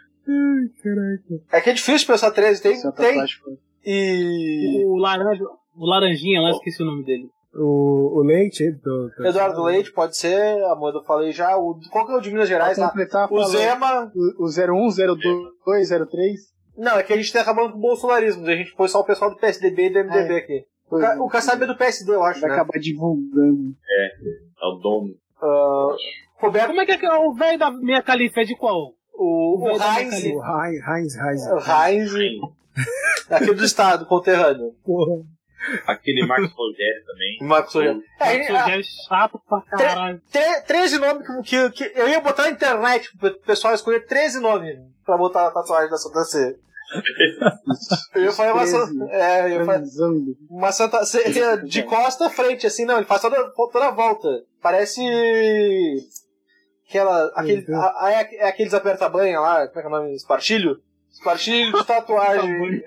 Ai, caraca. É que é difícil pensar treze. Tem. tem. E. O laranja. O laranjinha lá, esqueci o nome dele. O, o Leite. Do, do... Eduardo Leite, pode ser. A moeda eu falei já. O, qual que é o de Minas Gerais? Lá? O Zema. O, o zero um, zero dois, zero três. Não, é que a gente tá acabando com o bolsonarismo. A gente pôs só o pessoal do P S D B e do M D B é. aqui. O, Ca, o Kassab é do P S D, eu acho. Vai né? acabar divulgando. É, é o dono. Uh, Roberto... Como é que é o velho da minha califa é de qual? O, o, o Heinz. O Heinz, Heinz. O Heinz. Aquele do estado, conterrâneo. Porra. Aquele Marcos Rogério também. Marcos Rogério. É, Marcos Rogério é chato pra caralho. treze nomes que, que, que eu ia botar na internet pro pessoal escolher treze nomes pra botar na tatuagem da Santa C. Eu ia fazer uma, é, eu ia fazer uma Santa C de costa à frente, assim, não, ele faz toda, toda a volta. Parece. Aquela. Aquele, a, a, é aqueles aperta-banha lá, como é que é o nome? Espartilho? Espartilho de tatuagem.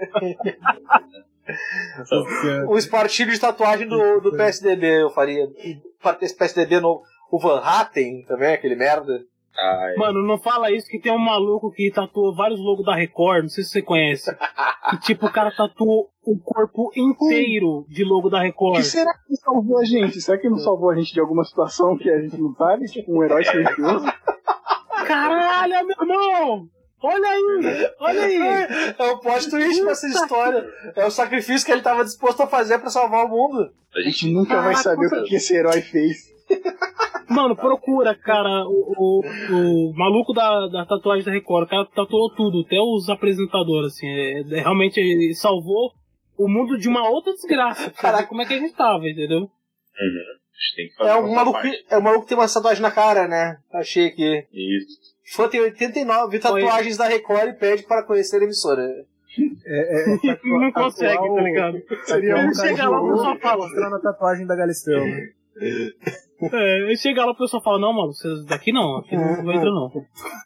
O espartilho de tatuagem do, do P S D B eu faria. Esse P S D B no. O Van Hatten também, aquele merda. Ai. Mano, não fala isso que tem um maluco que tatuou vários logos da Record, não sei se você conhece. Que tipo, o cara tatuou o corpo inteiro de logo da Record. Que será que salvou a gente? Será que não salvou a gente de alguma situação que a gente não sabe? Tipo, um herói silencioso? Caralho, meu irmão! Olha aí! Olha aí! É o plot twist dessa história. É o sacrifício que ele estava disposto a fazer pra salvar o mundo. A gente nunca ah, vai saber o que esse herói fez. Mano, procura, cara, o, o, o maluco da, da tatuagem da Record. O cara tatuou tudo, até os apresentadores, assim. É, é, realmente ele salvou o mundo de uma outra desgraça. Caraca, como é que a gente tava, entendeu? Uhum. É um maluco, é um maluco que tem uma tatuagem na cara, né? Achei aqui. Isso. Fã tem oitenta e nove tatuagens Foi. da Record e pede para conhecer a emissora. É, é, é, não consegue, atual, tá ligado? Seria um chega lá, o pessoal fala. Mostrando a tatuagem da Galisteu, né? É, chega lá, o pessoal fala, não, mano, vocês daqui não, aqui não vai entrar não.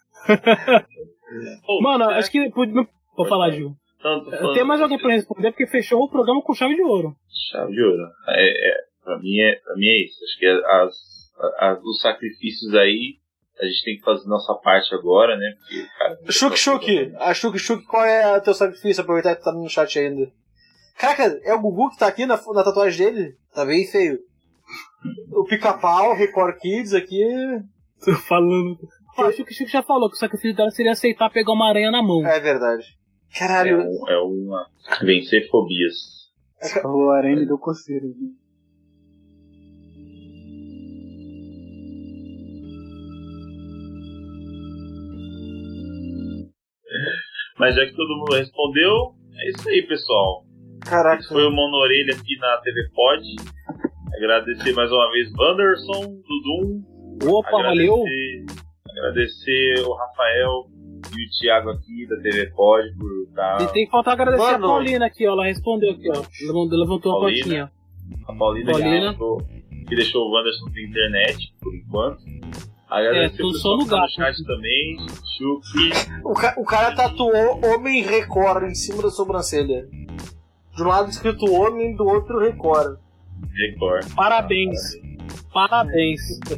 Mano, acho que não vou falar, Gil. Tem mais alguém pra responder, porque fechou o programa com chave de ouro. Chave de ouro. É, é, pra, mim é, pra mim é isso. Acho que as, as, os sacrifícios aí, a gente tem que fazer nossa parte agora, né? Porque, cara, Shuk Shuk, a Shuk Shuk, qual é o teu sacrifício? Aproveitar que tá no chat ainda. Caraca, é o Gugu que tá aqui na, na tatuagem dele? Tá bem feio. O Pica-Pau, Record Kids aqui. Tô falando. O Shuk Shuk já falou que o sacrifício dela seria aceitar pegar uma aranha na mão. É verdade. Caralho. É, um, é uma. Vencer fobias. O aranha me deu coceira. Mas já que todo mundo respondeu, é isso aí, pessoal. Caraca. Esse foi o Mão na Orelha aqui na T V Pod. Agradecer mais uma vez Wanderson, Dudum. Opa, agradecer, valeu. Agradecer o Rafael e o Thiago aqui da T V Pod por estar. E tem que faltar agradecer Mano. a Paulina aqui, ó. Ela respondeu aqui, ó. Levantou a Paulina, potinha. A Paulina, Paulina. Que, deixou, que deixou o Wanderson sem internet, por enquanto. Agradecer é, o pessoal no, que tá no chat também. Chuki. O, ca- o cara tatuou Homem Record em cima da sobrancelha. De um lado escrito Homem, do outro Record. Record. Parabéns. Parabéns.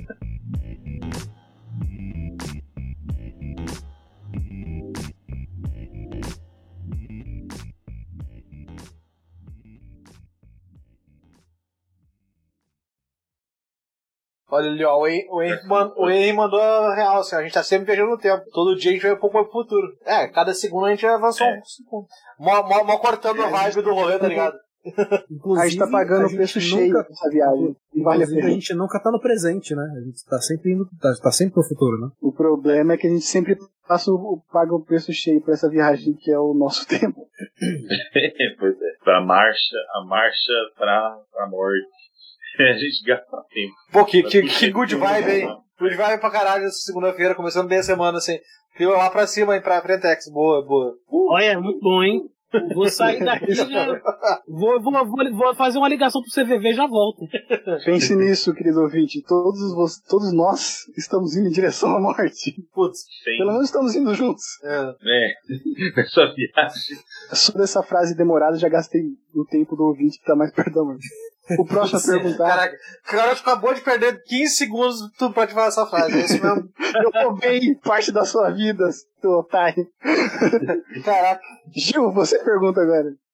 Olha ali, ó, o Henry, o Henry, man, o Henry mandou a real, assim, ó, a gente tá sempre viajando no tempo. Todo dia a gente vai um pouco mais pro futuro. É, cada segundo a gente avançou é. um segundo. Mó, mó, mó cortando a vibe do rolê, tá ligado? Inclusive, a gente tá pagando o preço cheio nunca, dessa viagem. Vale a, a gente nunca tá no presente, né? A gente tá sempre indo, tá, tá sempre pro futuro, né? O problema é que a gente sempre passa o, paga o preço cheio pra essa viagem, que é o nosso tempo. Pois é, pra marcha, a marcha pra, pra morte. A gente gasta tempo. Pô, que, que, que good vibe, hein? Good vibe pra caralho essa segunda-feira, começando bem a semana, assim. Fio lá pra cima, hein, pra Frentex. Boa, boa. Uh. Olha, muito bom, hein? Vou sair daqui já. Vou, vou, vou, vou fazer uma ligação pro C V V e já volto. Pense nisso, querido ouvinte. Todos, vos, todos nós estamos indo em direção à morte. Putz, Sim. Pelo menos estamos indo juntos. É. É. Essa viagem. Sobre essa frase demorada, já gastei o tempo do ouvinte que tá mais perto da morte. O próximo a perguntar. Caraca, o cara acabou de perder quinze segundos tu pode falar essa frase. É isso mesmo. Eu roubei parte da sua vida, seu otário. Caraca. Gil, você pergunta agora.